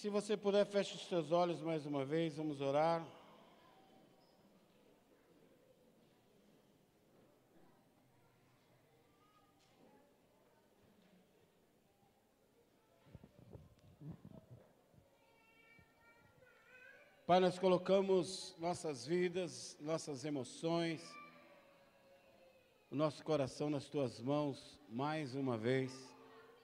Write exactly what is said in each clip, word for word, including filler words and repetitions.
Se você puder, feche os seus olhos mais uma vez, vamos orar. Pai, nós colocamos nossas vidas, nossas emoções, o nosso coração nas Tuas mãos, mais uma vez.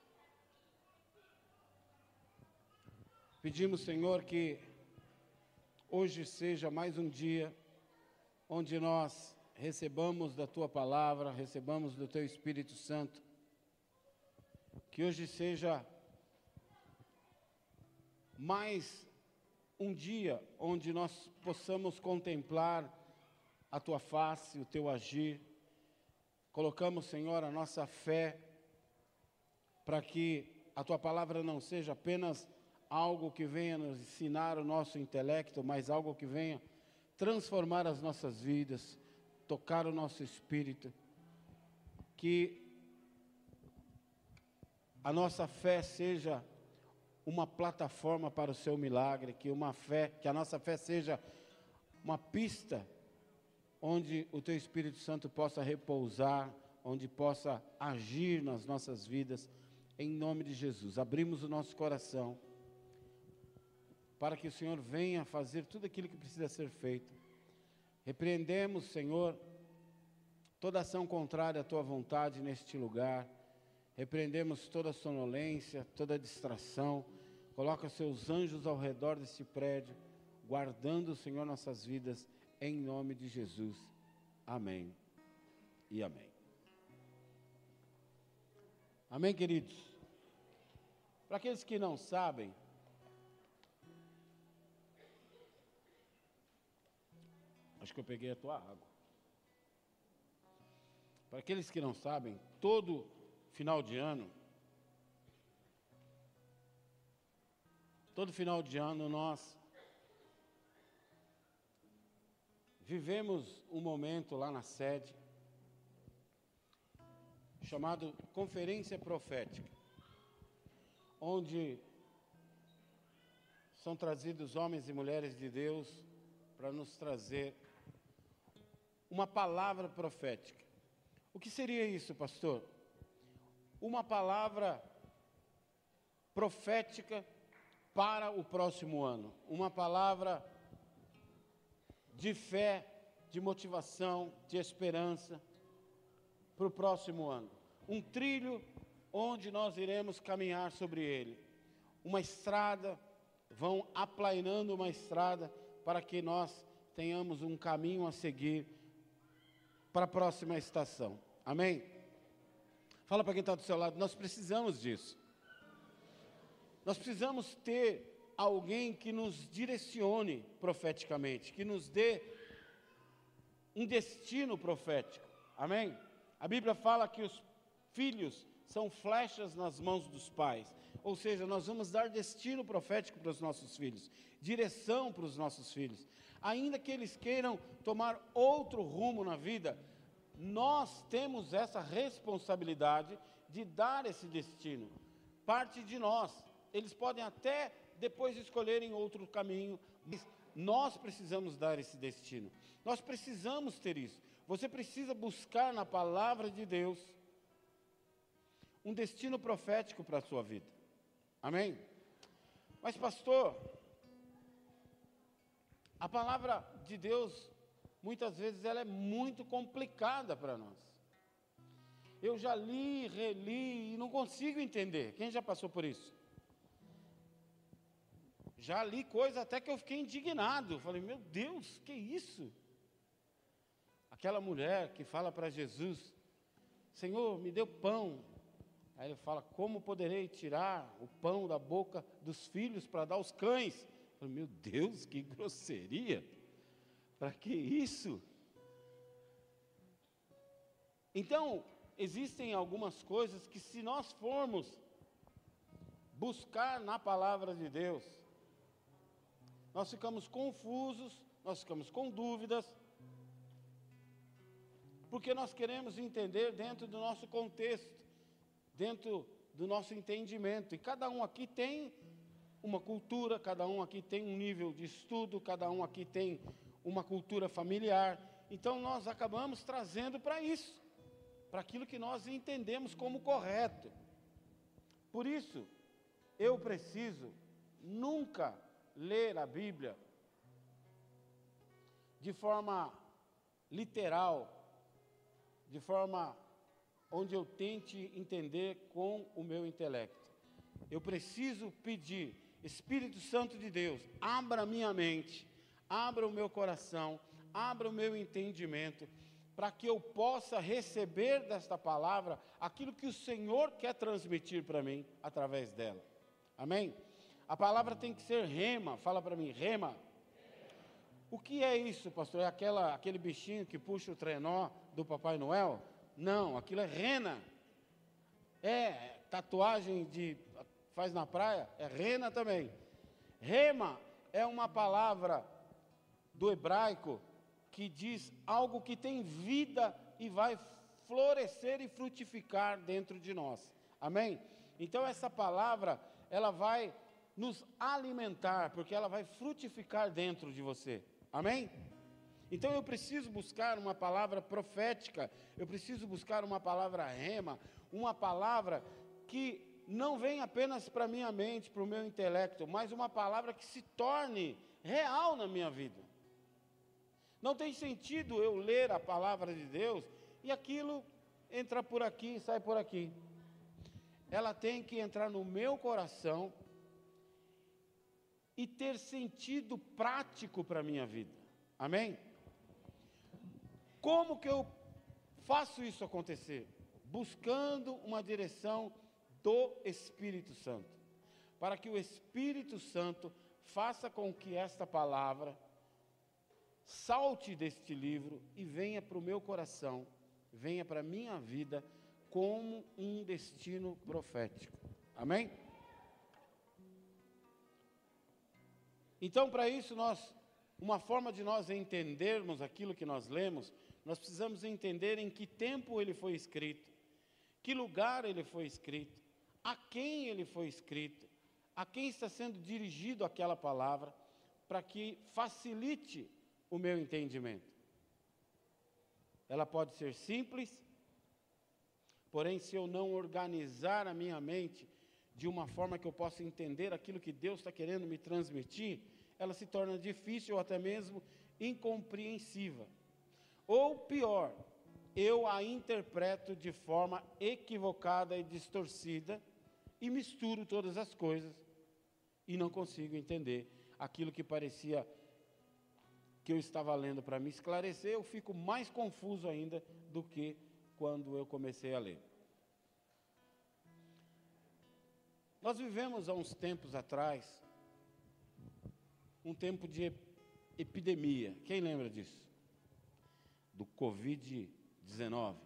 Pedimos, Senhor, que hoje seja mais um dia onde nós recebamos da Tua Palavra, recebamos do Teu Espírito Santo. Que hoje seja mais um dia onde nós possamos contemplar a Tua face, o Teu agir. Colocamos, Senhor, a nossa fé para que a Tua Palavra não seja apenas algo que venha nos ensinar o nosso intelecto, mas algo que venha transformar as nossas vidas, tocar o nosso espírito. Que a nossa fé seja uma plataforma para o Seu milagre, que uma fé, que a nossa fé seja uma pista onde o Teu Espírito Santo possa repousar, onde possa agir nas nossas vidas, em nome de Jesus. Abrimos o nosso coração para que o Senhor venha fazer tudo aquilo que precisa ser feito. Repreendemos, Senhor, toda ação contrária à Tua vontade neste lugar. Repreendemos toda sonolência, toda distração. Coloca Seus anjos ao redor desse prédio, guardando, Senhor, nossas vidas, em nome de Jesus. Amém e amém. Amém, queridos? Para aqueles que não sabem, acho que eu peguei a tua água. Para aqueles que não sabem, todo final de ano, todo final de ano nós vivemos um momento lá na sede chamado Conferência Profética, onde são trazidos homens e mulheres de Deus para nos trazer uma palavra profética. O que seria isso, pastor? Uma palavra profética para o próximo ano, uma palavra de fé, de motivação, de esperança para o próximo ano. Um trilho onde nós iremos caminhar sobre ele. Uma estrada, vão aplainando uma estrada para que nós tenhamos um caminho a seguir para a próxima estação. Amém? Fala para quem está do seu lado, nós precisamos disso. Nós precisamos ter alguém que nos direcione profeticamente, que nos dê um destino profético. Amém? A Bíblia fala que os filhos são flechas nas mãos dos pais. Ou seja, nós vamos dar destino profético para os nossos filhos, direção para os nossos filhos. Ainda que eles queiram tomar outro rumo na vida, nós temos essa responsabilidade de dar esse destino. Parte de nós. Eles podem até depois escolherem outro caminho, mas nós precisamos dar esse destino. Nós precisamos ter isso. Você precisa buscar na palavra de Deus um destino profético para a sua vida. Amém? Mas, pastor, a palavra de Deus, muitas vezes, ela é muito complicada para nós. Eu já li, reli e não consigo entender. Quem já passou por isso? Já li coisa até que eu fiquei indignado. Falei, meu Deus, que isso? Aquela mulher que fala para Jesus, Senhor, me dê pão. Aí ele fala, como poderei tirar o pão da boca dos filhos para dar aos cães? Eu falei, meu Deus, que grosseria. Para que isso? Então, existem algumas coisas que se nós formos buscar na palavra de Deus, nós ficamos confusos, nós ficamos com dúvidas, porque nós queremos entender dentro do nosso contexto, dentro do nosso entendimento, e cada um aqui tem uma cultura, cada um aqui tem um nível de estudo, cada um aqui tem uma cultura familiar. Então, nós acabamos trazendo para isso, para aquilo que nós entendemos como correto. Por isso, eu preciso nunca ler a Bíblia de forma literal, de forma onde eu tente entender com o meu intelecto. Eu preciso pedir, Espírito Santo de Deus, abra a minha mente, abra o meu coração, abra o meu entendimento, para que eu possa receber desta palavra aquilo que o Senhor quer transmitir para mim através dela. Amém? A palavra tem que ser rema. Fala para mim, rema. O que é isso, pastor? É aquela, aquele bichinho que puxa o trenó do Papai Noel? Não, aquilo é rena. É, tatuagem de faz na praia, é rena também. Rema é uma palavra do hebraico que diz algo que tem vida e vai florescer e frutificar dentro de nós. Amém? Então essa palavra, ela vai nos alimentar, porque ela vai frutificar dentro de você. Amém? Então eu preciso buscar uma palavra profética, eu preciso buscar uma palavra rema, uma palavra que não vem apenas para a minha mente, para o meu intelecto, mas uma palavra que se torne real na minha vida. Não tem sentido eu ler a palavra de Deus e aquilo entra por aqui e sai por aqui. Ela tem que entrar no meu coração e ter sentido prático para a minha vida. Amém? Como que eu faço isso acontecer? Buscando uma direção do Espírito Santo, para que o Espírito Santo faça com que esta palavra salte deste livro e venha para o meu coração, venha para a minha vida como um destino profético. Amém? Então, para isso, nós, uma forma de nós entendermos aquilo que nós lemos, nós precisamos entender em que tempo ele foi escrito, que lugar ele foi escrito, a quem ele foi escrito, a quem está sendo dirigido aquela palavra, para que facilite o meu entendimento. Ela pode ser simples, porém, se eu não organizar a minha mente de uma forma que eu possa entender aquilo que Deus está querendo me transmitir, ela se torna difícil ou até mesmo incompreensível. Ou pior, eu a interpreto de forma equivocada e distorcida e misturo todas as coisas e não consigo entender aquilo que parecia que eu estava lendo para me esclarecer. Eu fico mais confuso ainda do que quando eu comecei a ler. Nós vivemos há uns tempos atrás um tempo de epidemia. Quem lembra disso? Do covid dezenove.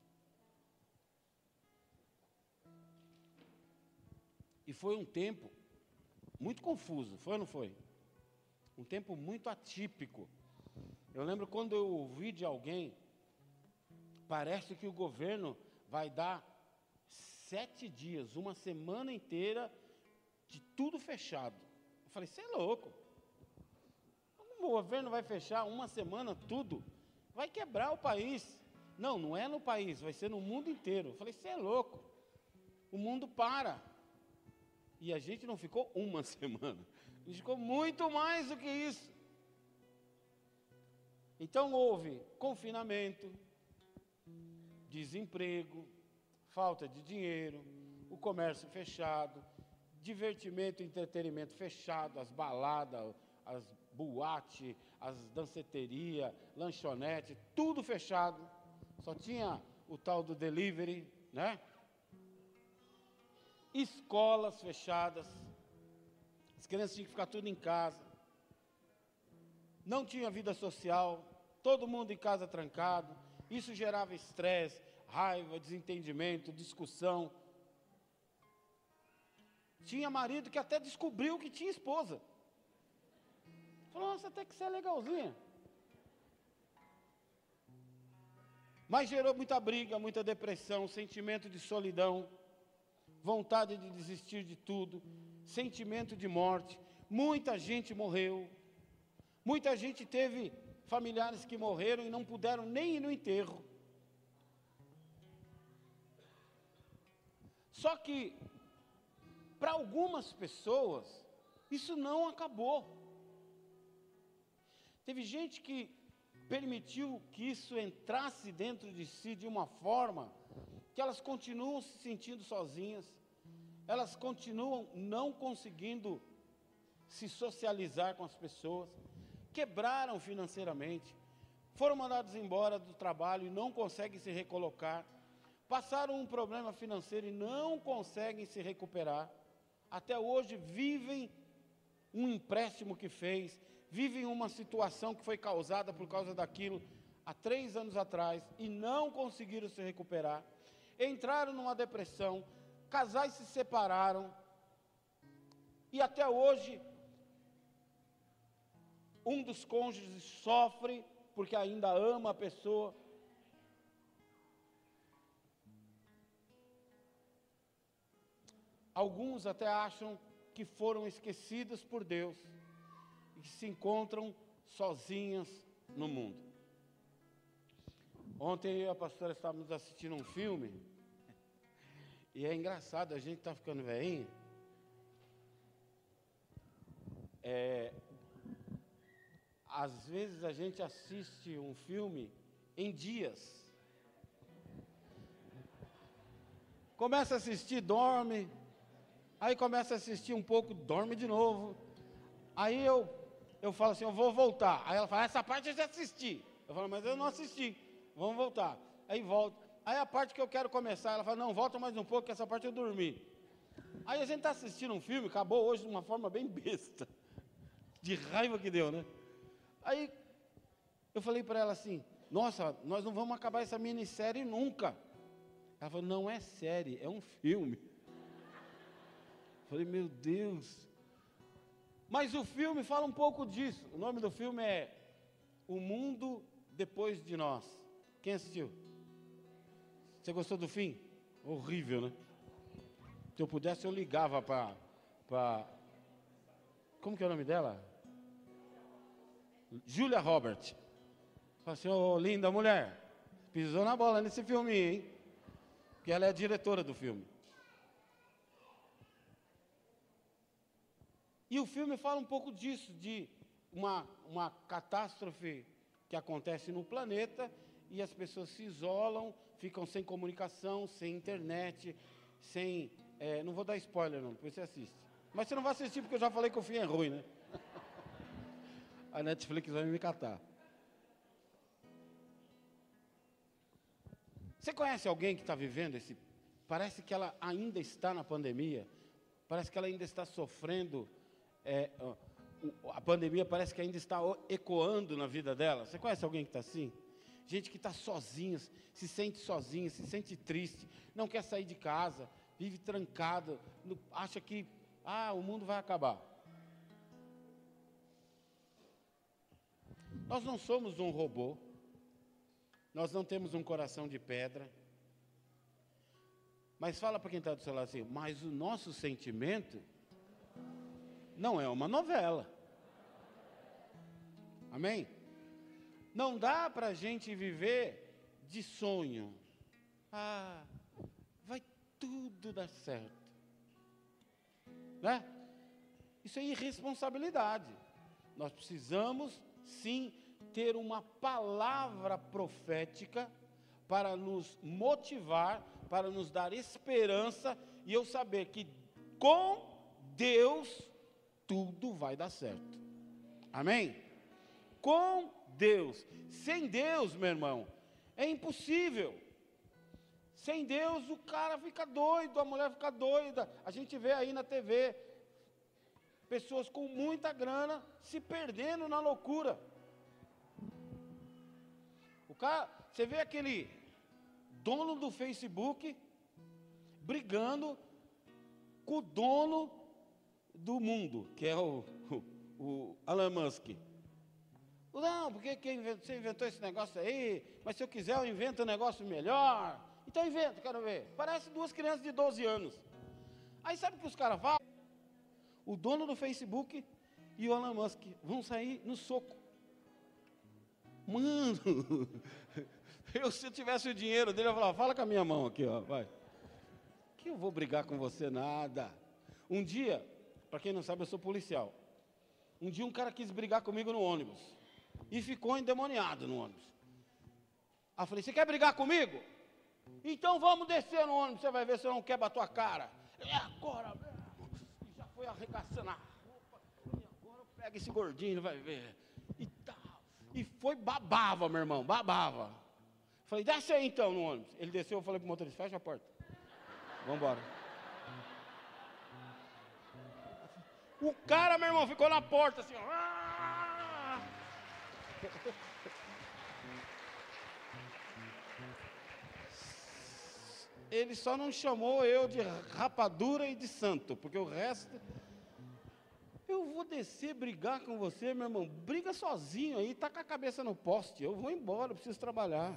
E foi um tempo muito confuso, foi ou não foi? Um tempo muito atípico. Eu lembro quando eu ouvi de alguém, parece que o governo vai dar sete dias, uma semana inteira, de tudo fechado. Eu falei, você é louco. O governo vai fechar uma semana tudo? Vai quebrar o país. Não, não é no país, vai ser no mundo inteiro. Eu falei, você é louco. O mundo para. E a gente não ficou uma semana. A gente ficou muito mais do que isso. Então houve confinamento, desemprego, falta de dinheiro, o comércio fechado, divertimento e entretenimento fechado, as baladas, as boates, as danceterias, lanchonete, tudo fechado. Só tinha o tal do delivery, né? Escolas fechadas, as crianças tinham que ficar tudo em casa, não tinha vida social, todo mundo em casa trancado, isso gerava estresse, raiva, desentendimento, discussão. Tinha marido que até descobriu que tinha esposa. Falou, nossa, até que você é legalzinha. Mas gerou muita briga, muita depressão, sentimento de solidão. vontade de desistir de tudo, sentimento de morte. Muita gente morreu, muita gente teve familiares que morreram e não puderam nem ir no enterro. Só que, para algumas pessoas, isso não acabou. Teve gente que permitiu que isso entrasse dentro de si de uma forma que elas continuam se sentindo sozinhas, elas continuam não conseguindo se socializar com as pessoas, quebraram financeiramente, foram mandados embora do trabalho e não conseguem se recolocar, passaram um problema financeiro e não conseguem se recuperar, até hoje vivem um empréstimo que fez, vivem uma situação que foi causada por causa daquilo há três anos atrás e não conseguiram se recuperar, entraram numa depressão, casais se separaram e até hoje um dos cônjuges sofre porque ainda ama a pessoa. Alguns até acham que foram esquecidos por Deus e que se encontram sozinhas no mundo. Ontem eu e a pastora estávamos assistindo um filme, e é engraçado, a gente está ficando velhinho. É, às vezes a gente assiste um filme em dias. Começa a assistir, dorme, aí começa a assistir um pouco, dorme de novo. Aí eu, eu falo assim, eu vou voltar. Aí ela fala, essa parte eu já assisti. Eu falo, mas eu não assisti, vamos voltar. Aí volta. Aí a parte que eu quero começar, ela fala, não, volta mais um pouco, que essa parte eu dormi. Aí a gente está assistindo um filme, acabou hoje de uma forma bem besta, de raiva que deu, né? Aí eu falei para ela assim, nossa, nós não vamos acabar essa minissérie nunca. Ela falou, não é série, é um filme. Eu falei, meu Deus. Mas o filme fala um pouco disso. O nome do filme é O Mundo Depois de Nós. Quem assistiu? Você gostou do fim? Horrível, né? Se eu pudesse, eu ligava para... Pra... Como que é o nome dela? Julia Roberts. Falei assim, ô, oh, linda mulher, pisou na bola nesse filme, hein? Porque ela é a diretora do filme. E o filme fala um pouco disso, de uma, uma catástrofe que acontece no planeta e as pessoas se isolam, ficam sem comunicação, sem internet, sem... É, não vou dar spoiler não, depois você assiste. Mas você não vai assistir porque eu já falei que o fim é ruim, né? A Netflix vai me catar. Você conhece alguém que está vivendo esse... Parece que ela ainda está na pandemia, parece que ela ainda está sofrendo... É, a pandemia parece que ainda está ecoando na vida dela. Você conhece alguém que está assim? Gente que está sozinha, se sente sozinha, se sente triste, não quer sair de casa, vive trancado, acha que ah, o mundo vai acabar. Nós não somos um robô, nós não temos um coração de pedra, mas fala para quem está do seu lado assim, mas o nosso sentimento não é uma novela. Amém? Não dá para a gente viver de sonho. Ah, vai tudo dar certo. Né? Isso é irresponsabilidade. Nós precisamos, sim, ter uma palavra profética para nos motivar, para nos dar esperança, e eu saber que com Deus tudo vai dar certo. Amém? Com Deus. Sem Deus, meu irmão, é impossível. Sem Deus o cara fica doido, a mulher fica doida. A gente vê aí na T V pessoas com muita grana se perdendo na loucura. O cara, você vê aquele dono do Facebook brigando com o dono do mundo, que é o, o, o Elon Musk. Não, porque quem você inventou esse negócio aí, mas se eu quiser eu invento um negócio melhor. Então inventa, quero ver. Parece duas crianças de doze anos. Aí sabe o que os caras falam? O dono do Facebook e o Elon Musk vão sair no soco. Mano, eu se eu tivesse o dinheiro dele, eu falava, fala com a minha mão aqui, ó, vai. Que eu vou brigar com você, nada. Um dia, para quem não sabe, eu sou policial. Um dia um cara quis brigar comigo no ônibus. E ficou endemoniado no ônibus. Aí eu falei, você quer brigar comigo? Então vamos descer no ônibus, você vai ver se eu não quebro a tua cara. É agora mesmo. E já foi arregaçando a roupa. E agora eu pego esse gordinho, vai ver. E tal. E foi, babava, meu irmão, babava. Falei, desce aí então no ônibus. Ele desceu, eu falei pro motorista, fecha a porta. Vamos embora. O cara, meu irmão, ficou na porta assim, ó. Ele só não chamou eu de rapadura e de santo, porque o resto... Eu vou descer, brigar com você, meu irmão. Briga sozinho aí, tá com a cabeça no poste. Eu vou embora, eu preciso trabalhar.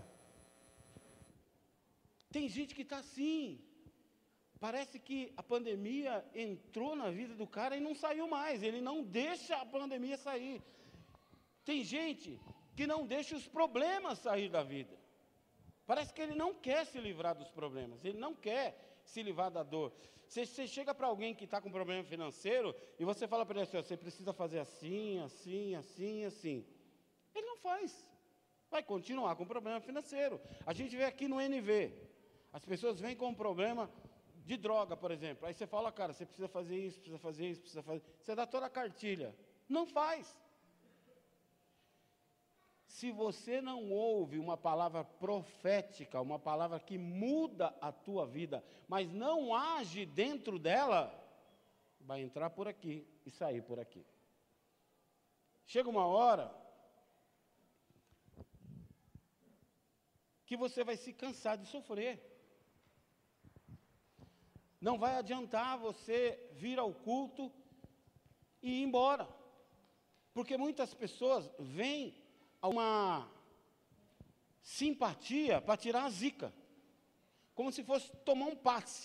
Tem gente que está assim. Parece que a pandemia entrou na vida do cara e não saiu mais. Ele não deixa a pandemia sair. Tem gente que não deixa os problemas sair da vida. Parece que ele não quer se livrar dos problemas. Ele não quer se livrar da dor. Você, você chega para alguém que está com problema financeiro e você fala para ele assim, você precisa fazer assim, assim, assim, assim. Ele não faz. Vai continuar com problema financeiro. A gente vê aqui no N V. As pessoas vêm com um problema de droga, por exemplo. Aí você fala, cara, você precisa fazer isso, precisa fazer isso, precisa fazer... Você dá toda a cartilha. Não faz. Se você não ouve uma palavra profética, uma palavra que muda a tua vida, mas não age dentro dela, vai entrar por aqui e sair por aqui. Chega uma hora que você vai se cansar de sofrer. Não vai adiantar você vir ao culto e ir embora. Porque muitas pessoas vêm a uma simpatia para tirar a zica. Como se fosse tomar um passe.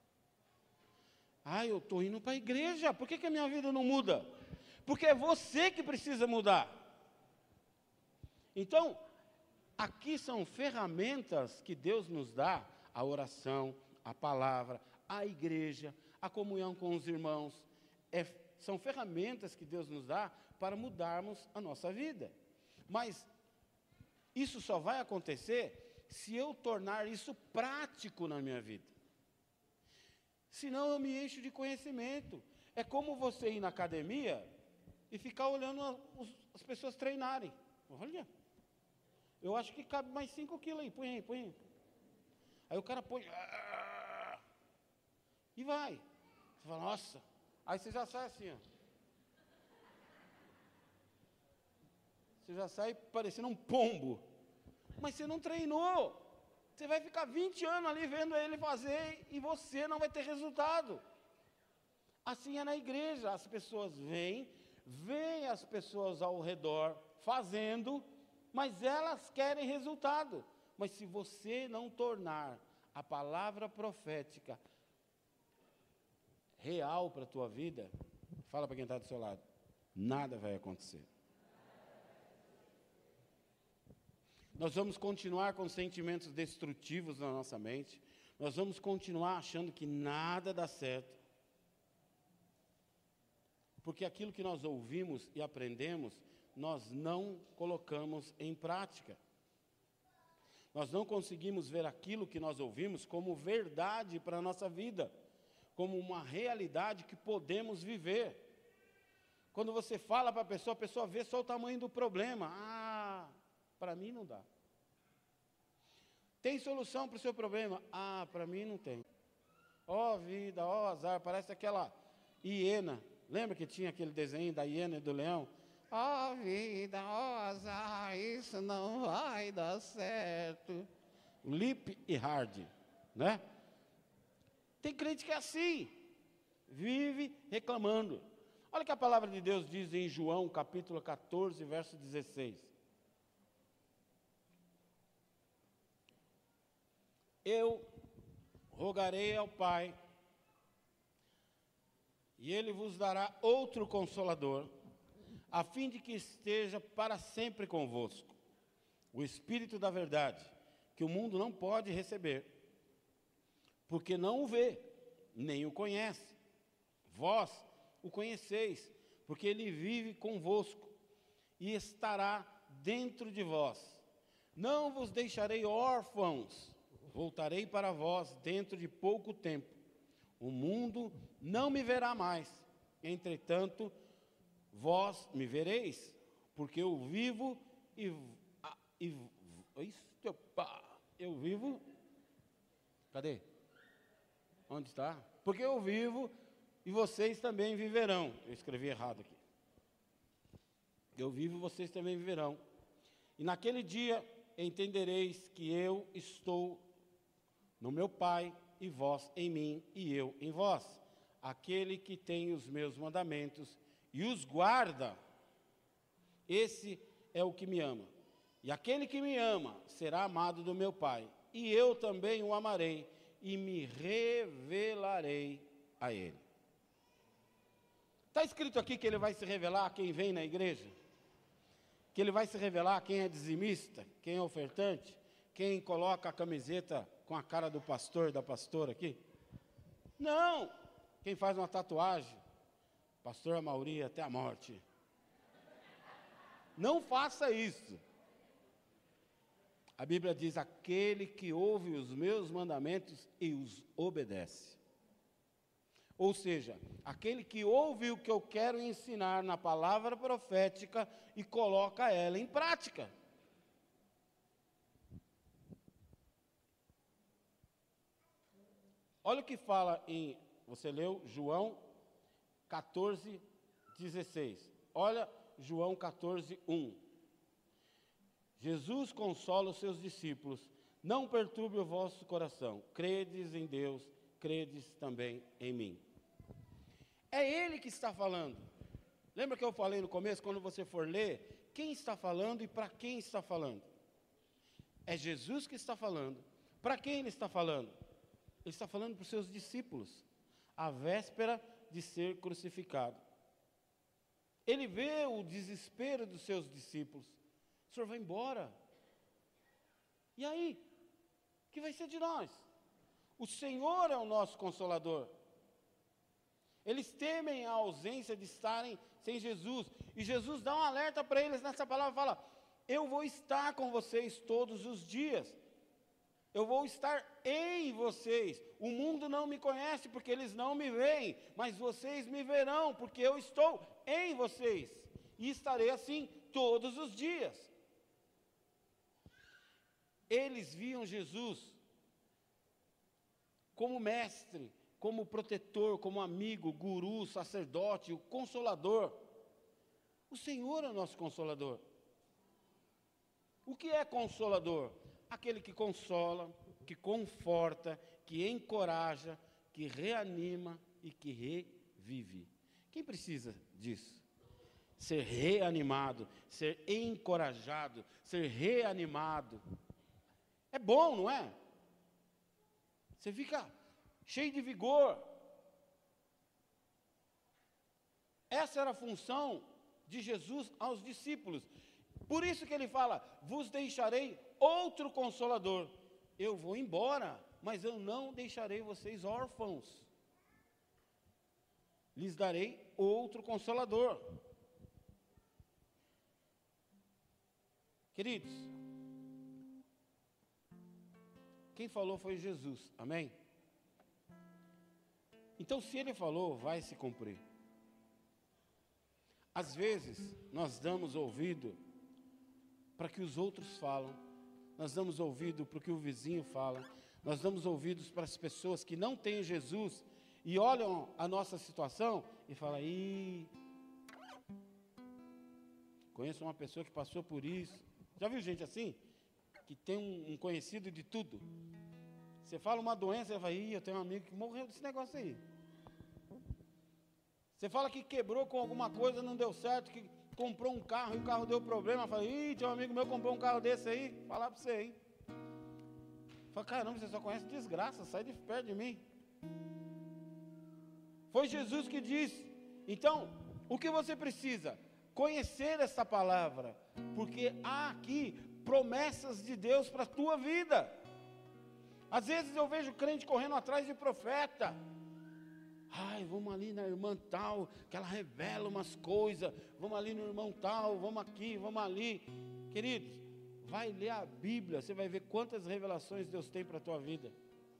Ah, eu estou indo para a igreja, por que, que a minha vida não muda? Porque é você que precisa mudar. Então, aqui são ferramentas que Deus nos dá, a oração, a palavra, a igreja, a comunhão com os irmãos. É, são ferramentas que Deus nos dá para mudarmos a nossa vida. Mas isso só vai acontecer se eu tornar isso prático na minha vida. Senão eu me encho de conhecimento. É como você ir na academia e ficar olhando a, os, as pessoas treinarem. Olha, eu acho que cabe mais cinco quilos aí, põe aí, põe aí. Aí o cara põe... E vai. Você fala, nossa. Aí você já sai assim, ó. Você já sai parecendo um pombo. Mas você não treinou. Você vai ficar vinte anos ali vendo ele fazer e você não vai ter resultado. Assim é na igreja. As pessoas vêm, veem as pessoas ao redor fazendo, mas elas querem resultado. Mas se você não tornar a palavra profética real para a tua vida, fala para quem está do seu lado, nada vai acontecer. Nós vamos continuar com sentimentos destrutivos na nossa mente. Nós vamos continuar achando que nada dá certo. Porque aquilo que nós ouvimos e aprendemos, nós não colocamos em prática. Nós não conseguimos ver aquilo que nós ouvimos como verdade para a nossa vida, como uma realidade que podemos viver. Quando você fala para a pessoa, a pessoa vê só o tamanho do problema. Ah, para mim não dá. Tem solução para o seu problema? Ah, para mim não tem. Ó vida, ó azar, parece aquela hiena. Lembra que tinha aquele desenho da hiena e do leão? Ó vida, ó azar, isso não vai dar certo. Lip e hard, né? Tem crente que é assim, vive reclamando. Olha o que a palavra de Deus diz em João, capítulo quatorze, verso dezesseis. Eu rogarei ao Pai, E ele vos dará outro Consolador, a fim de que esteja para sempre convosco, o Espírito da verdade, que o mundo não pode receber, porque não o vê, nem o conhece. Vós o conheceis, porque ele vive convosco e estará dentro de vós. Não vos deixarei órfãos, voltarei para vós dentro de pouco tempo. O mundo não me verá mais, entretanto, vós me vereis, porque eu vivo e, e eu vivo, cadê? Onde está? Porque eu vivo e vocês também viverão. Eu escrevi errado aqui. Eu vivo e vocês também viverão. E naquele dia entendereis que eu estou no meu Pai, e vós em mim, e eu em vós. Aquele que tem os meus mandamentos e os guarda, esse é o que me ama. E aquele que me ama será amado do meu Pai, e eu também o amarei, e me revelarei a ele. Está escrito aqui que ele vai se revelar a quem vem na igreja? Que ele vai se revelar a quem é dizimista, quem é ofertante, quem coloca a camiseta com a cara do pastor, da pastora aqui? Não! Quem faz uma tatuagem, pastor Amaury até a morte. Não faça isso. A Bíblia diz, aquele que ouve os meus mandamentos e os obedece. Ou seja, aquele que ouve o que eu quero ensinar na palavra profética e coloca ela em prática. Olha o que fala em, você leu João quatorze, dezesseis. Olha João quatorze, um. Jesus consola os seus discípulos. Não perturbe o vosso coração. Credes em Deus, credes também em mim. É Ele que está falando. Lembra que eu falei no começo, quando você for ler, quem está falando e para quem está falando? É Jesus que está falando. Para quem Ele está falando? Ele está falando para os seus discípulos, à véspera de ser crucificado. Ele vê o desespero dos seus discípulos. O Senhor vai embora. E aí? O que vai ser de nós? O Senhor é o nosso Consolador. Eles temem a ausência de estarem sem Jesus. E Jesus dá um alerta para eles nessa palavra, fala, eu vou estar com vocês todos os dias. Eu vou estar em vocês. O mundo não me conhece porque eles não me veem, mas vocês me verão porque eu estou em vocês. E estarei assim todos os dias. Eles viam Jesus como mestre, como protetor, como amigo, guru, sacerdote, o consolador. O Senhor é o nosso consolador. O que é consolador? Aquele que consola, que conforta, que encoraja, que reanima e que revive. Quem precisa disso? Ser reanimado, ser encorajado, ser reanimado. É bom, não é? Você fica cheio de vigor. Essa era a função de Jesus aos discípulos. Por isso que ele fala, vos deixarei outro Consolador. Eu vou embora, mas eu não deixarei vocês órfãos. Lhes darei outro Consolador. Queridos, quem falou foi Jesus, amém? Então, se ele falou, vai se cumprir. Às vezes, nós damos ouvido para que os outros falam, nós damos ouvido para o que o vizinho fala, nós damos ouvidos para as pessoas que não têm Jesus e olham a nossa situação e falam, ih, conheço uma pessoa que passou por isso. Já viu gente assim? Que tem um, um conhecido de tudo. Você fala uma doença, você fala, ih, eu tenho um amigo que morreu desse negócio aí. Você fala que quebrou com alguma coisa, não deu certo, que comprou um carro e o carro deu problema, fala, ih, tinha um amigo meu que comprou um carro desse aí, falar para você, hein? Fala, caramba, você só conhece desgraça, sai de perto de mim. Foi Jesus que disse. Então, o que você precisa? Conhecer essa palavra, porque há aqui promessas de Deus para a tua vida. Às vezes eu vejo crente correndo atrás de profeta. Ai, vamos ali na irmã tal, que ela revela umas coisas. Vamos ali no irmão tal, vamos aqui, vamos ali. Queridos, vai ler a Bíblia, você vai ver quantas revelações Deus tem para a tua vida.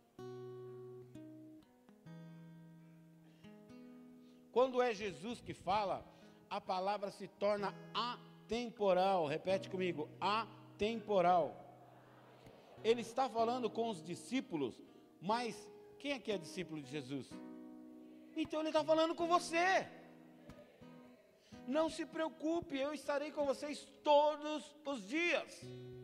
Quando é Jesus que fala, a palavra se torna atemporal. Repete comigo, atemporal. Ele está falando com os discípulos, mas quem é que é discípulo de Jesus? Então ele está falando com você. Não se preocupe, eu estarei com vocês todos os dias.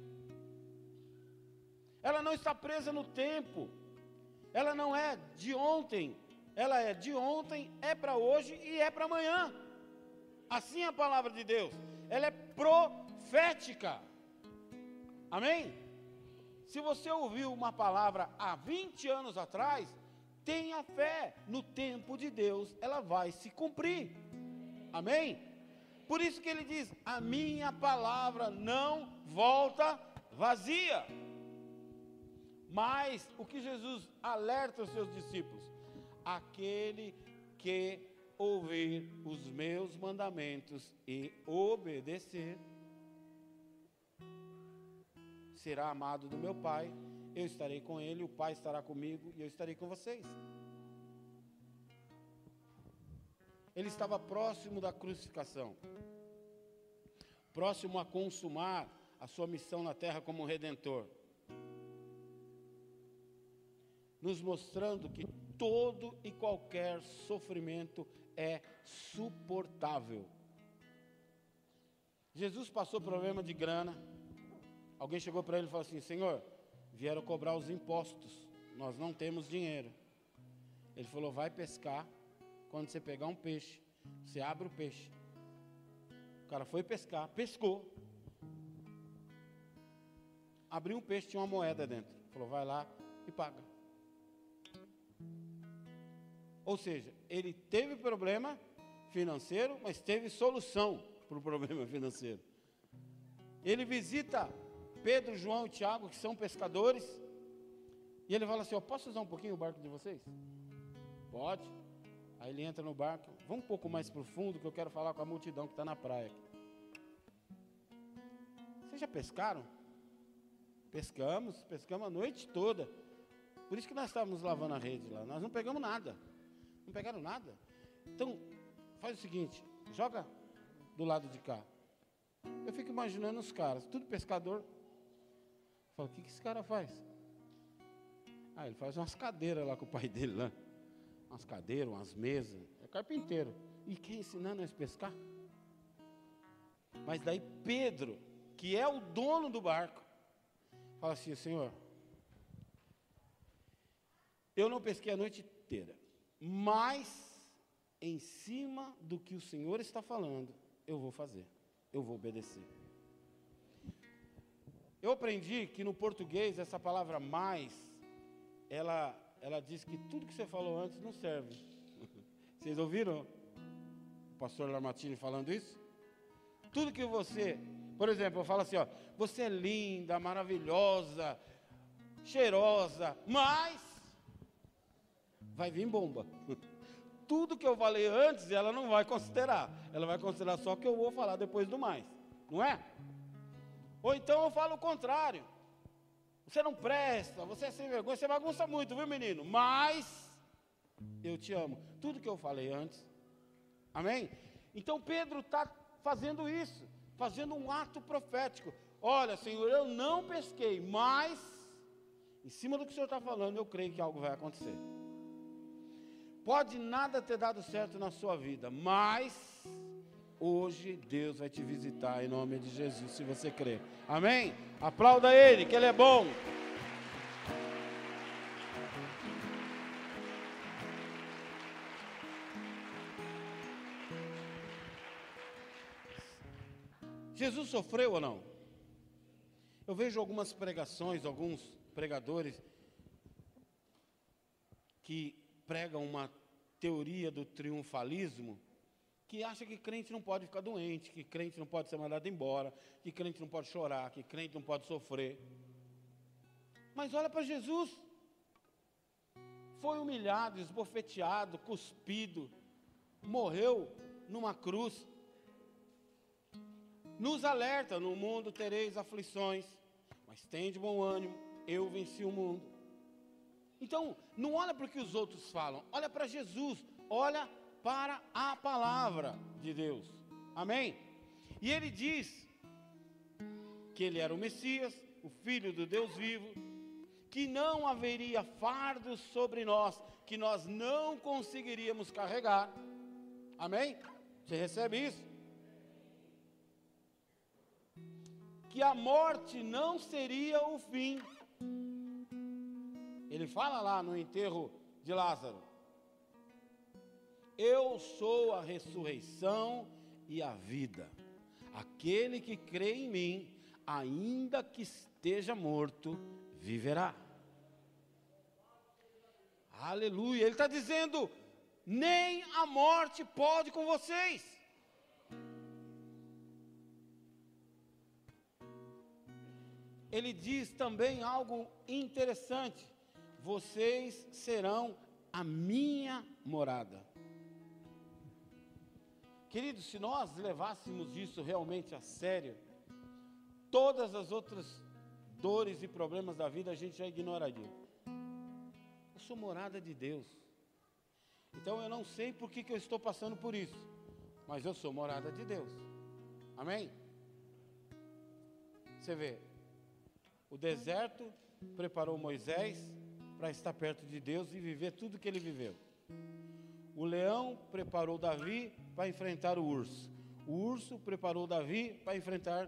Ela não está presa no tempo. Ela não é de ontem. Ela é de ontem, é para hoje e é para amanhã. Assim é a palavra de Deus. Ela é profética. Amém? Se você ouviu uma palavra há vinte anos atrás, tenha fé, no tempo de Deus ela vai se cumprir. Amém? Por isso que ele diz, a minha palavra não volta vazia. Mas o que Jesus alerta os seus discípulos? Aquele que ouvir os meus mandamentos e obedecer, será amado do meu Pai, eu estarei com ele, o Pai estará comigo e eu estarei com vocês. Ele estava próximo da crucificação, próximo a consumar a sua missão na terra como Redentor, nos mostrando que todo e qualquer sofrimento é suportável. Jesus passou problema de grana. Alguém chegou para ele e falou assim, Senhor, vieram cobrar os impostos, nós não temos dinheiro. Ele falou, vai pescar, quando você pegar um peixe, você abre o peixe. O cara foi pescar, pescou, abriu um peixe, tinha uma moeda dentro. Falou, vai lá e paga. Ou seja, ele teve problema financeiro, mas teve solução para o problema financeiro. Ele visita Pedro, João e Tiago, que são pescadores, e ele fala assim, ó, posso usar um pouquinho o barco de vocês? Pode. Aí ele entra no barco, vamos um pouco mais profundo, que eu quero falar com a multidão que está na praia. Vocês já pescaram? Pescamos, pescamos a noite toda. Por isso que nós estávamos lavando a rede lá, nós não pegamos nada. Não pegaram nada? Então, faz o seguinte, joga do lado de cá. Eu fico imaginando os caras, tudo pescador. Falo, o que, que esse cara faz? Ah, ele faz umas cadeiras lá com o pai dele lá. Umas cadeiras, umas mesas. É carpinteiro. E quem ensinando a pescar? Mas daí Pedro, que é o dono do barco, fala assim, Senhor, eu não pesquei a noite inteira, mas em cima do que o Senhor está falando, eu vou fazer, eu vou obedecer. Eu aprendi que no português essa palavra mais, ela, ela diz que tudo que você falou antes não serve. Vocês ouviram o pastor Lamartine falando isso? Tudo que você, por exemplo, eu falo assim, ó, você é linda, maravilhosa, cheirosa, mas vai vir bomba. Tudo que eu falei antes, ela não vai considerar. Ela vai considerar só o que eu vou falar depois do mais. Não é? Ou então eu falo o contrário. Você não presta, você é sem vergonha, você bagunça muito, viu, menino? Mas eu te amo. Tudo que eu falei antes. Amém? Então Pedro está fazendo isso, fazendo um ato profético. Olha, Senhor, eu não pesquei, mas em cima do que o Senhor está falando, eu creio que algo vai acontecer. Pode nada ter dado certo na sua vida, mas hoje Deus vai te visitar em nome de Jesus, se você crer. Amém? Aplauda Ele, que Ele é bom. Jesus sofreu ou não? Eu vejo algumas pregações, alguns pregadores que pregam uma teoria do triunfalismo, que acha que crente não pode ficar doente, que crente não pode ser mandado embora, que crente não pode chorar, que crente não pode sofrer. Mas olha para Jesus. Foi humilhado, esbofeteado, cuspido, morreu numa cruz. Nos alerta: no mundo tereis aflições, mas tende bom ânimo, eu venci o mundo. Então, não olha para o que os outros falam, olha para Jesus, olha para a palavra de Deus. Amém? E ele diz que ele era o Messias, o Filho do Deus vivo, que não haveria fardos sobre nós, que nós não conseguiríamos carregar. Amém? Você recebe isso? Que a morte não seria o fim. Ele fala lá no enterro de Lázaro: eu sou a ressurreição e a vida. Aquele que crê em mim, ainda que esteja morto, viverá. Aleluia. Ele está dizendo: nem a morte pode com vocês. Ele diz também algo interessante: vocês serão a minha morada. Queridos, se nós levássemos isso realmente a sério, todas as outras dores e problemas da vida a gente já ignoraria. Eu sou morada de Deus. Então eu não sei por que, que eu estou passando por isso, mas eu sou morada de Deus. Amém? Você vê, o deserto preparou Moisés para estar perto de Deus e viver tudo que ele viveu. O leão preparou Davi para enfrentar o urso. O urso preparou Davi para enfrentar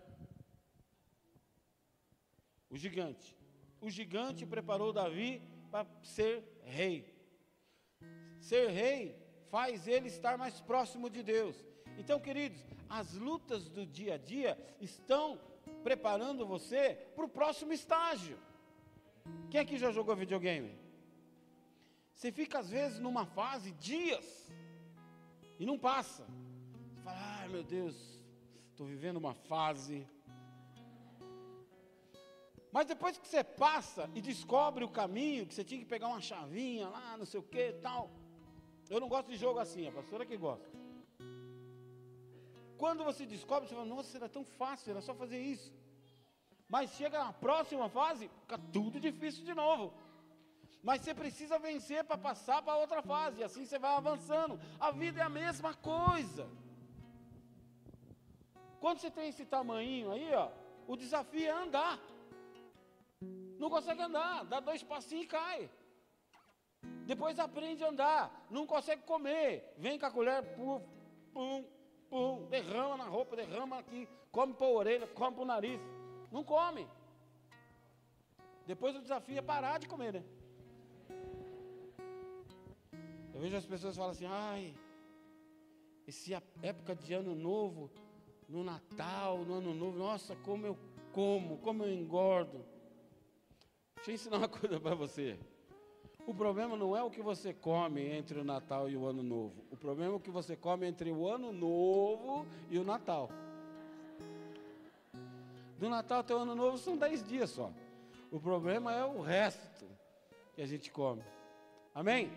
o gigante. O gigante preparou Davi para ser rei. Ser rei faz ele estar mais próximo de Deus. Então, queridos, as lutas do dia a dia estão preparando você para o próximo estágio. Quem aqui já jogou videogame? Você fica às vezes numa fase, dias, e não passa. Você fala: ai meu Deus, estou vivendo uma fase. Mas depois que você passa e descobre o caminho, que você tinha que pegar uma chavinha lá, não sei o que e tal. Eu não gosto de jogo assim, a pastora que gosta. Quando você descobre, você fala: nossa, era tão fácil, era só fazer isso. Mas chega na próxima fase, fica tudo difícil de novo. Mas você precisa vencer para passar para outra fase, e assim você vai avançando. A vida é a mesma coisa. Quando você tem esse tamanhinho aí, ó, o desafio é andar. Não consegue andar, dá dois passinhos e cai. Depois aprende a andar, não consegue comer, vem com a colher, pum, pum, pum, derrama na roupa, derrama aqui, come para a orelha, come para o nariz, não come. Depois o desafio é parar de comer, né? Eu vejo as pessoas falam assim: ai, essa época de ano novo, no Natal, no ano novo, nossa, como eu como, como eu engordo. Deixa eu ensinar uma coisa para você. O problema não é o que você come entre o Natal e o Ano Novo. O problema é o que você come entre o Ano Novo e o Natal. Do Natal até o Ano Novo são dez dias só. O problema é o resto que a gente come. Amém?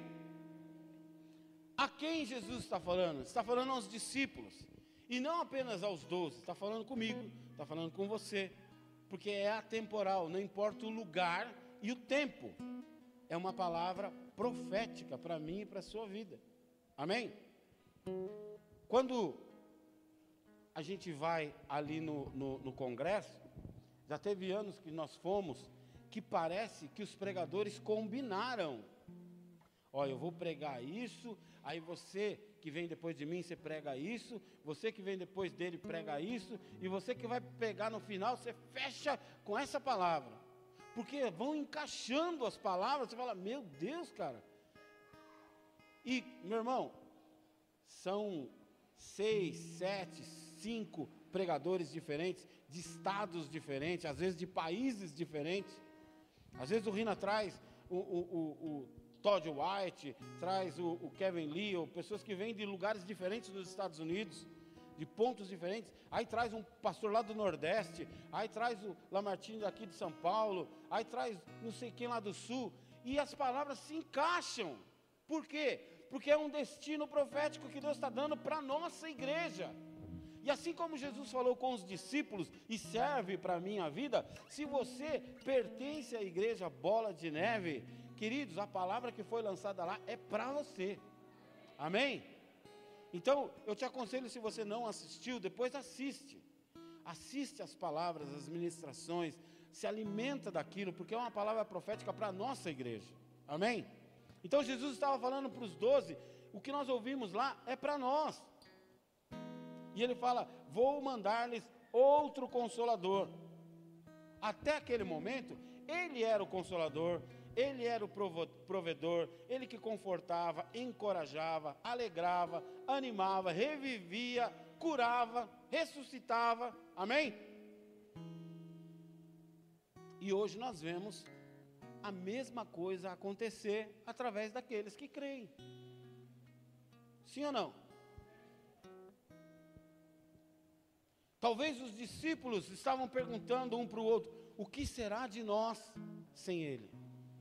A quem Jesus está falando? Está falando aos discípulos. E não apenas aos doze. Está falando comigo, está falando com você. Porque é atemporal, não importa o lugar e o tempo. É uma palavra profética para mim e para a sua vida. Amém? Quando a gente vai ali no, no, no congresso, já teve anos que nós fomos, que parece que os pregadores combinaram. Olha, eu vou pregar isso, aí você que vem depois de mim, você prega isso, você que vem depois dele prega isso, e você que vai pegar no final, você fecha com essa palavra. Porque vão encaixando as palavras, você fala: meu Deus, cara. E, meu irmão, são seis, sete, cinco pregadores diferentes, de estados diferentes, às vezes de países diferentes. Às vezes o Rina traz o, o, o, o, Todd White, traz o, o Kevin Lee, ou pessoas que vêm de lugares diferentes dos Estados Unidos, de pontos diferentes. Aí traz um pastor lá do Nordeste, aí traz o Lamartine daqui de São Paulo, aí traz não sei quem lá do Sul, e as palavras se encaixam. Por quê? Porque é um destino profético que Deus está dando para a nossa igreja. E assim como Jesus falou com os discípulos, e serve para a minha vida, se você pertence à igreja Bola de Neve, queridos, a palavra que foi lançada lá é para você. Amém? Então, eu te aconselho, se você não assistiu, depois assiste. Assiste as palavras, as ministrações, se alimenta daquilo, porque é uma palavra profética para a nossa igreja. Amém? Então, Jesus estava falando para os doze, o que nós ouvimos lá é para nós. E ele fala, vou mandar-lhes outro Consolador. Até aquele momento, ele era o Consolador, ele era o provedor, ele que confortava, encorajava, alegrava, animava, revivia, curava, ressuscitava. Amém? E hoje nós vemos a mesma coisa acontecer através daqueles que creem. Sim ou não? Talvez os discípulos estavam perguntando um para o outro, o que será de nós sem ele?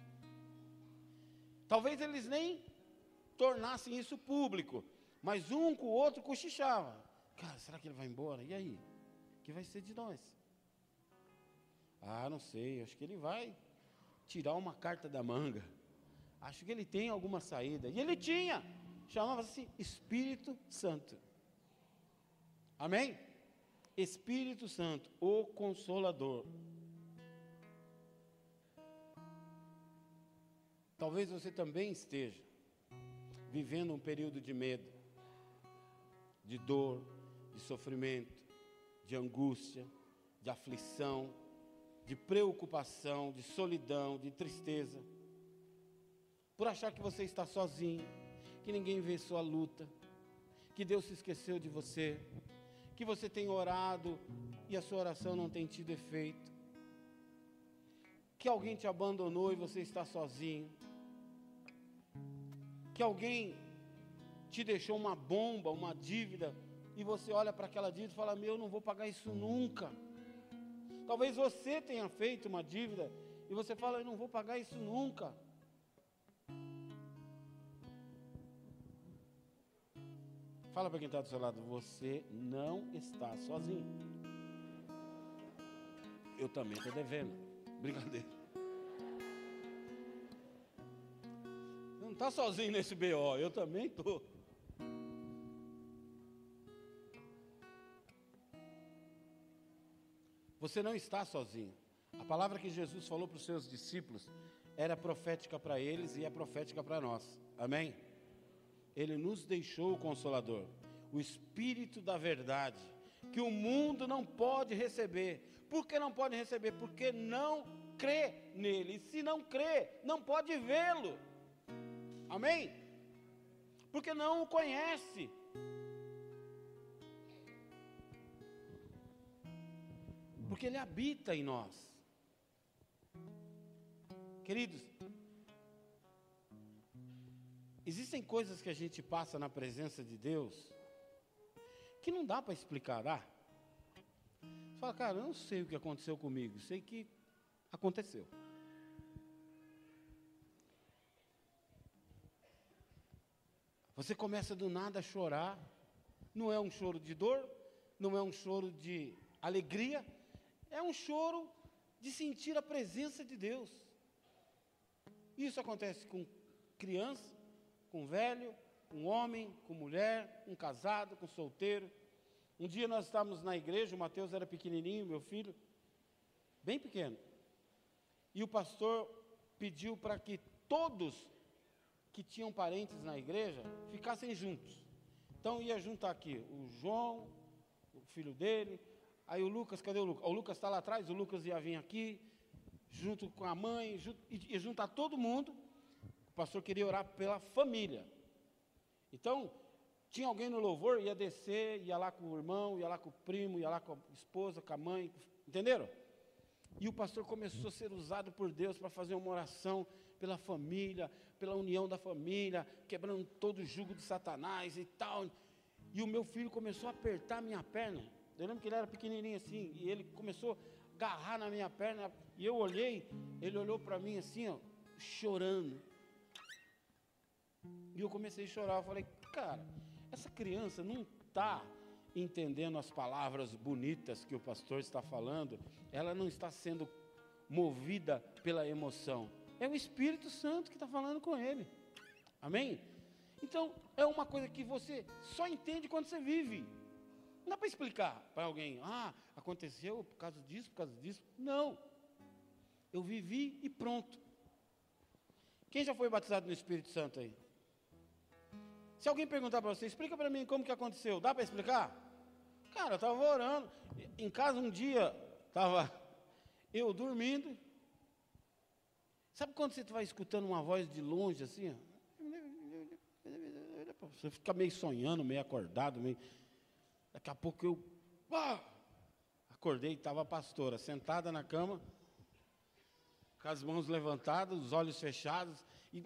Talvez eles nem tornassem isso público, mas um com o outro cochichava. Cara, será que ele vai embora? E aí? O que vai ser de nós? Ah, não sei, acho que ele vai tirar uma carta da manga. Acho que ele tem alguma saída. E ele tinha, chamava-se Espírito Santo. Amém? Espírito Santo, o Consolador. Talvez você também esteja vivendo um período de medo, de dor, de sofrimento, de angústia, de aflição, de preocupação, de solidão, de tristeza, por achar que você está sozinho, que ninguém vê sua luta, que Deus se esqueceu de você, que você tem orado e a sua oração não tem tido efeito, que alguém te abandonou e você está sozinho, que alguém te deixou uma bomba, uma dívida, e você olha para aquela dívida e fala, meu, eu não vou pagar isso nunca. Talvez você tenha feito uma dívida e você fala, eu não vou pagar isso nunca. Fala para quem está do seu lado, você não está sozinho. Eu também estou devendo. Brincadeira. Não está sozinho nesse B O, eu também estou. Você não está sozinho. A palavra que Jesus falou para os seus discípulos era profética para eles e é profética para nós. Amém? Ele nos deixou o Consolador, o Espírito da verdade, que o mundo não pode receber. Por que não pode receber? Porque não crê nele. E se não crê, não pode vê-lo. Amém? Porque não o conhece. Porque ele habita em nós. Queridos, existem coisas que a gente passa na presença de Deus que não dá para explicar, dá? Você fala, cara, eu não sei o que aconteceu comigo, sei que aconteceu. Você começa do nada a chorar, não é um choro de dor, não é um choro de alegria, é um choro de sentir a presença de Deus. Isso acontece com criança, com velho, com homem, com mulher, com casado, com solteiro. Um dia nós estávamos na igreja, o Mateus era pequenininho, meu filho, bem pequeno. E o pastor pediu para que todos que tinham parentes na igreja ficassem juntos. Então ia juntar aqui o João, o filho dele, aí o Lucas, cadê o Lucas? O Lucas está lá atrás, o Lucas ia vir aqui, junto com a mãe, junto, ia juntar todo mundo. O pastor queria orar pela família. Então, tinha alguém no louvor, ia descer, ia lá com o irmão, ia lá com o primo, ia lá com a esposa, com a mãe, entenderam? E o pastor começou a ser usado por Deus para fazer uma oração pela família, pela união da família, quebrando todo o jugo de Satanás e tal. E o meu filho começou a apertar a minha perna. Eu lembro que ele era pequenininho assim, e ele começou a agarrar na minha perna, e eu olhei, ele olhou para mim assim, ó, chorando. E eu comecei a chorar, eu falei, cara, essa criança não está entendendo as palavras bonitas que o pastor está falando, ela não está sendo movida pela emoção, é o Espírito Santo que está falando com ele, amém? Então, é uma coisa que você só entende quando você vive, não dá para explicar para alguém, ah, aconteceu por causa disso, por causa disso, não, eu vivi e pronto. Quem já foi batizado no Espírito Santo aí? Se alguém perguntar para você, explica para mim como que aconteceu, dá para explicar? Cara, eu estava orando, em casa um dia, estava eu dormindo, sabe quando você vai escutando uma voz de longe assim, ó? Você fica meio sonhando, meio acordado, meio... daqui a pouco eu ah! acordei, estava a pastora sentada na cama, com as mãos levantadas, os olhos fechados, e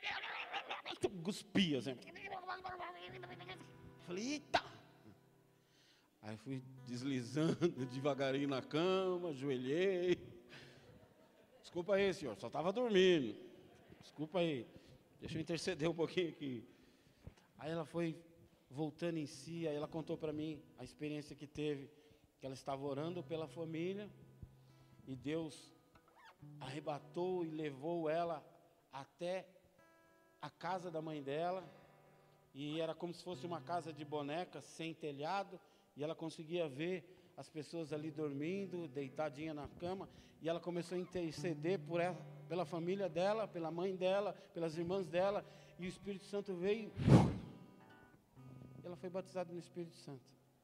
cuspia sempre. Falei, eita! Aí fui deslizando devagarinho na cama, ajoelhei. Desculpa aí, senhor, só estava dormindo. Desculpa aí, deixa eu interceder um pouquinho aqui. Aí ela foi voltando em si, aí ela contou para mim a experiência que teve, que ela estava orando pela família, e Deus arrebatou e levou ela até a casa da mãe dela, e era como se fosse uma casa de boneca, sem telhado, e ela conseguia ver as pessoas ali dormindo, deitadinha na cama, e ela começou a interceder por ela, pela família dela, pela mãe dela, pelas irmãs dela, e o Espírito Santo veio, e ela foi batizada no Espírito Santo.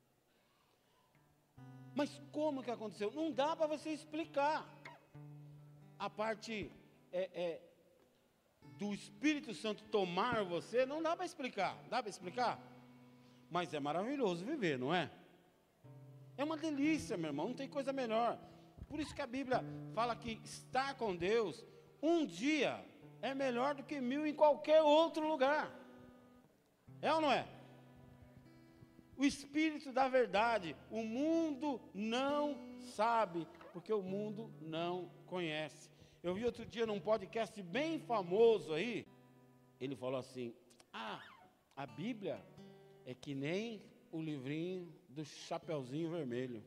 Mas como que aconteceu? Não dá para você explicar. A parte é, é, do Espírito Santo tomar você, não dá para explicar. Dá para explicar? Mas é maravilhoso viver, não é? É uma delícia, meu irmão, não tem coisa melhor. Por isso que a Bíblia fala que estar com Deus um dia é melhor do que mil em qualquer outro lugar. É ou não é? O Espírito da verdade, o mundo não sabe, porque o mundo não conhece. Eu vi outro dia num podcast bem famoso aí, ele falou assim, ah, a Bíblia é que nem o livrinho do Chapeuzinho Vermelho.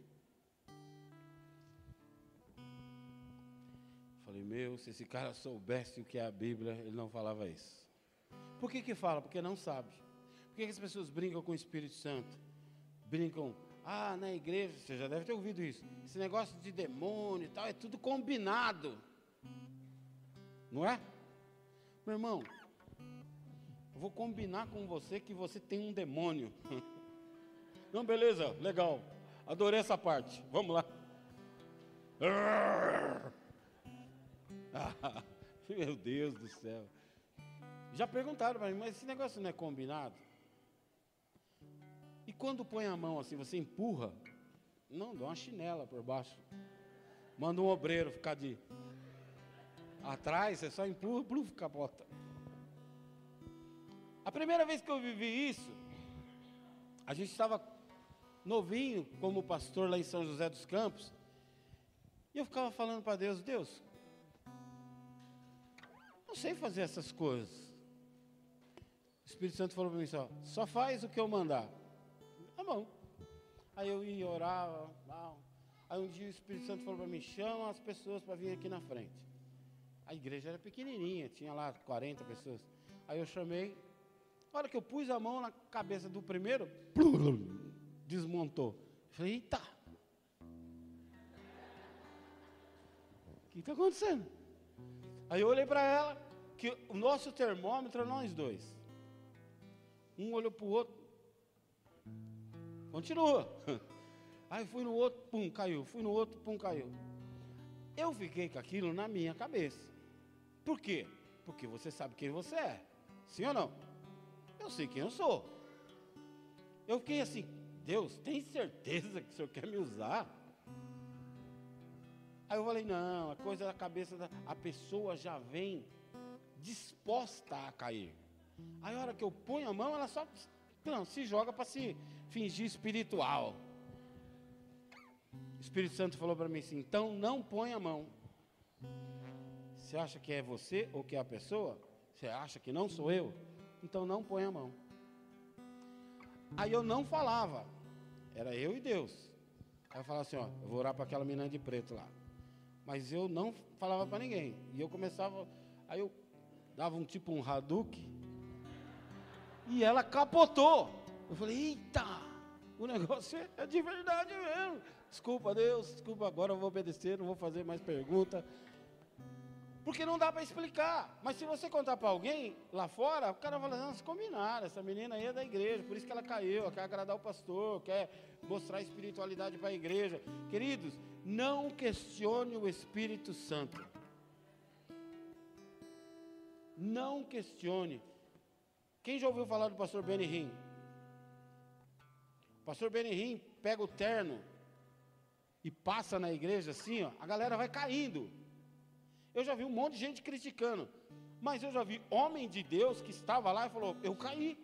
Falei, meu, se esse cara soubesse o que é a Bíblia, ele não falava isso. Por que que fala? Porque não sabe. Por que que as pessoas brincam com o Espírito Santo? Brincam, ah, na igreja, você já deve ter ouvido isso, esse negócio de demônio e tal, é tudo combinado. Não é? Meu irmão, eu vou combinar com você que você tem um demônio. Não, beleza, legal, adorei essa parte, vamos lá. Ah, meu Deus do céu. Já perguntaram para mim, mas esse negócio não é combinado? E quando põe a mão assim, você empurra, não, dá uma chinela por baixo. Manda um obreiro ficar de atrás, você só empurra, pluf, capota. A primeira vez que eu vivi isso, a gente estava novinho como pastor lá em São José dos Campos, e eu ficava falando para Deus, Deus, não sei fazer essas coisas. O Espírito Santo falou para mim só, só faz o que eu mandar. Tá bom. Aí eu ia orar, aí um dia o Espírito Santo falou para mim, chama as pessoas para vir aqui na frente. A igreja era pequenininha, tinha lá quarenta pessoas. Aí eu chamei, a hora que eu pus a mão na cabeça do primeiro, desmontou. Eu falei, eita! O que está acontecendo? Aí eu olhei para ela, que o nosso termômetro é nós dois. Um olhou para o outro, continua. Aí fui no outro, pum, caiu. Fui no outro, pum, caiu. Eu fiquei com aquilo na minha cabeça. Por quê? Porque você sabe quem você é. Sim ou não? Eu sei quem eu sou. Eu fiquei assim, Deus, tem certeza que o Senhor quer me usar? Aí eu falei, não, a coisa da cabeça da a pessoa já vem disposta a cair. Aí a hora que eu ponho a mão, ela só não, se joga para se fingir espiritual. O Espírito Santo falou para mim assim, então não põe a mão. Você acha que é você ou que é a pessoa? Você acha que não sou eu? Então não põe a mão. Aí eu não falava, era eu e Deus. Aí eu falava assim, ó, eu vou orar para aquela menina de preto lá. Mas eu não falava para ninguém. E eu começava, aí eu dava um tipo um Hadouken, e ela capotou. Eu falei, eita, o negócio é, é de verdade mesmo. Desculpa, Deus, desculpa, agora eu vou obedecer, não vou fazer mais pergunta. Porque não dá para explicar. Mas se você contar para alguém lá fora, o cara fala, não, se combinaram, essa menina aí é da igreja, por isso que ela caiu, ela quer agradar o pastor, quer mostrar espiritualidade para a igreja. Queridos, não questione o Espírito Santo. Não questione. Quem já ouviu falar do pastor Benny Hinn? O pastor Benny Hinn pega o terno e passa na igreja assim, ó, a galera vai caindo. Eu já vi um monte de gente criticando, mas eu já vi homem de Deus que estava lá e falou, eu caí.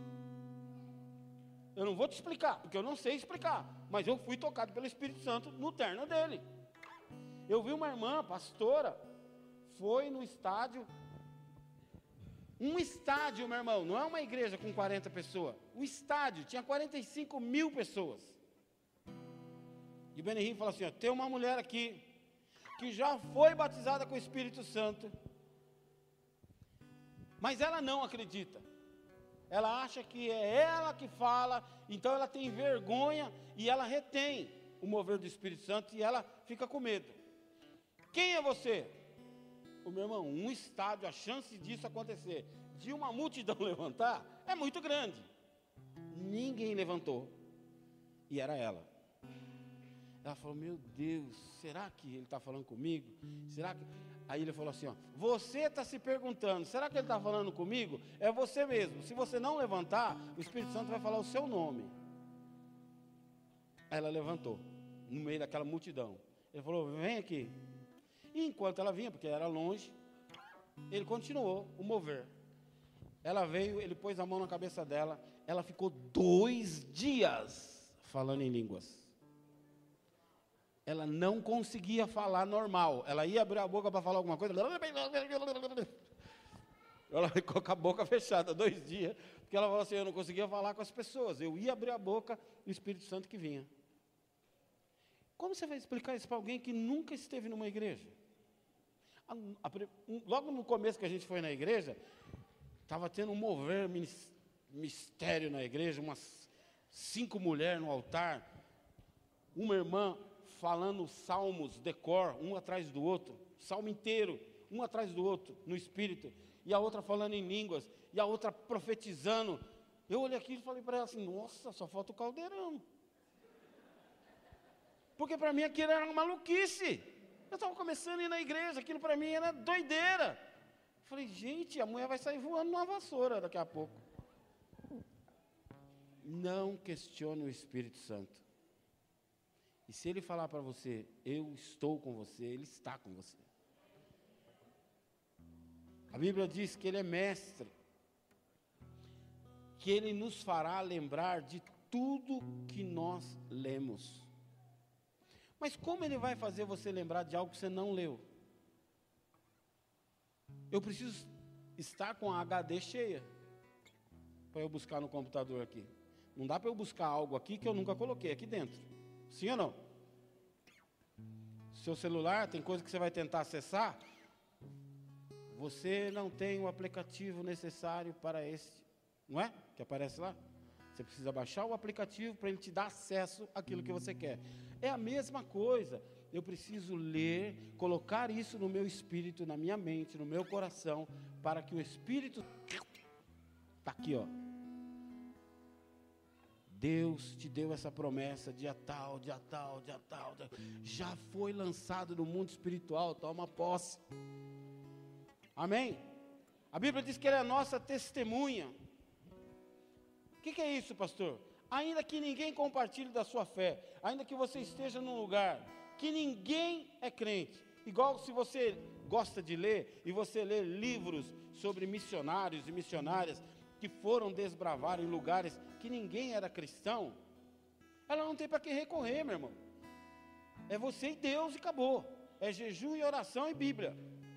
Eu não vou te explicar, porque eu não sei explicar, mas eu fui tocado pelo Espírito Santo no terno dele. Eu vi uma irmã, pastora, foi no estádio, um estádio, meu irmão, não é uma igreja com quarenta pessoas, um estádio, tinha quarenta e cinco mil pessoas. E o Benny Hinn falou assim, ó, tem uma mulher aqui, que já foi batizada com o Espírito Santo, mas ela não acredita, ela acha que é ela que fala, então ela tem vergonha, e ela retém o mover do Espírito Santo, e ela fica com medo. Quem é você? O meu irmão, um estádio, a chance disso acontecer, de uma multidão levantar, é muito grande. Ninguém levantou, e era ela. Ela falou, meu Deus, será que ele está falando comigo? Será que... Aí ele falou assim, ó, você está se perguntando, será que ele está falando comigo? É você mesmo, se você não levantar, o Espírito Santo vai falar o seu nome. Aí ela levantou, no meio daquela multidão. Ele falou, vem aqui. E enquanto ela vinha, porque era longe, ele continuou o mover. Ela veio, ele pôs a mão na cabeça dela, ela ficou dois dias falando em línguas. Ela não conseguia falar normal. Ela ia abrir a boca para falar alguma coisa. Ela ficou com a boca fechada dois dias. Porque ela falou assim, eu não conseguia falar com as pessoas. Eu ia abrir a boca e o Espírito Santo que vinha. Como você vai explicar isso para alguém que nunca esteve numa igreja? A, a, logo no começo que a gente foi na igreja, estava tendo um mover mistério na igreja, umas cinco mulheres no altar, uma irmã falando salmos de cor, um atrás do outro, salmo inteiro, um atrás do outro, no espírito, e a outra falando em línguas, e a outra profetizando. Eu olhei aqui e falei para ela assim, nossa, só falta o caldeirão. Porque para mim aquilo era uma maluquice. Eu estava começando a ir na igreja, aquilo para mim era doideira. Falei, gente, a mulher vai sair voando numa vassoura daqui a pouco. Não questione o Espírito Santo. E se ele falar para você, eu estou com você, ele está com você. A Bíblia diz que ele é mestre, que ele nos fará lembrar de tudo que nós lemos. Mas como ele vai fazer você lembrar de algo que você não leu? Eu preciso estar com a H D cheia para eu buscar no computador aqui. Não dá para eu buscar algo aqui que eu nunca coloquei aqui dentro. Sim ou não? Seu celular, tem coisa que você vai tentar acessar, você não tem o aplicativo necessário para esse, não é? Que aparece lá. Você precisa baixar o aplicativo para ele te dar acesso àquilo que você quer. É a mesma coisa. Eu preciso ler, colocar isso no meu espírito, na minha mente, no meu coração, para que o Espírito... Está aqui, ó. Deus te deu essa promessa, dia tal, dia tal, dia tal, dia... já foi lançado no mundo espiritual, toma posse. Amém? A Bíblia diz que Ele é a nossa testemunha. O que, que é isso, pastor? Ainda que ninguém compartilhe da sua fé, ainda que você esteja num lugar que ninguém é crente, igual se você gosta de ler, e você lê livros sobre missionários e missionárias que foram desbravar em lugares que ninguém era cristão, ela não tem para quem recorrer, meu irmão. É você e Deus e acabou. É jejum e oração e Bíblia.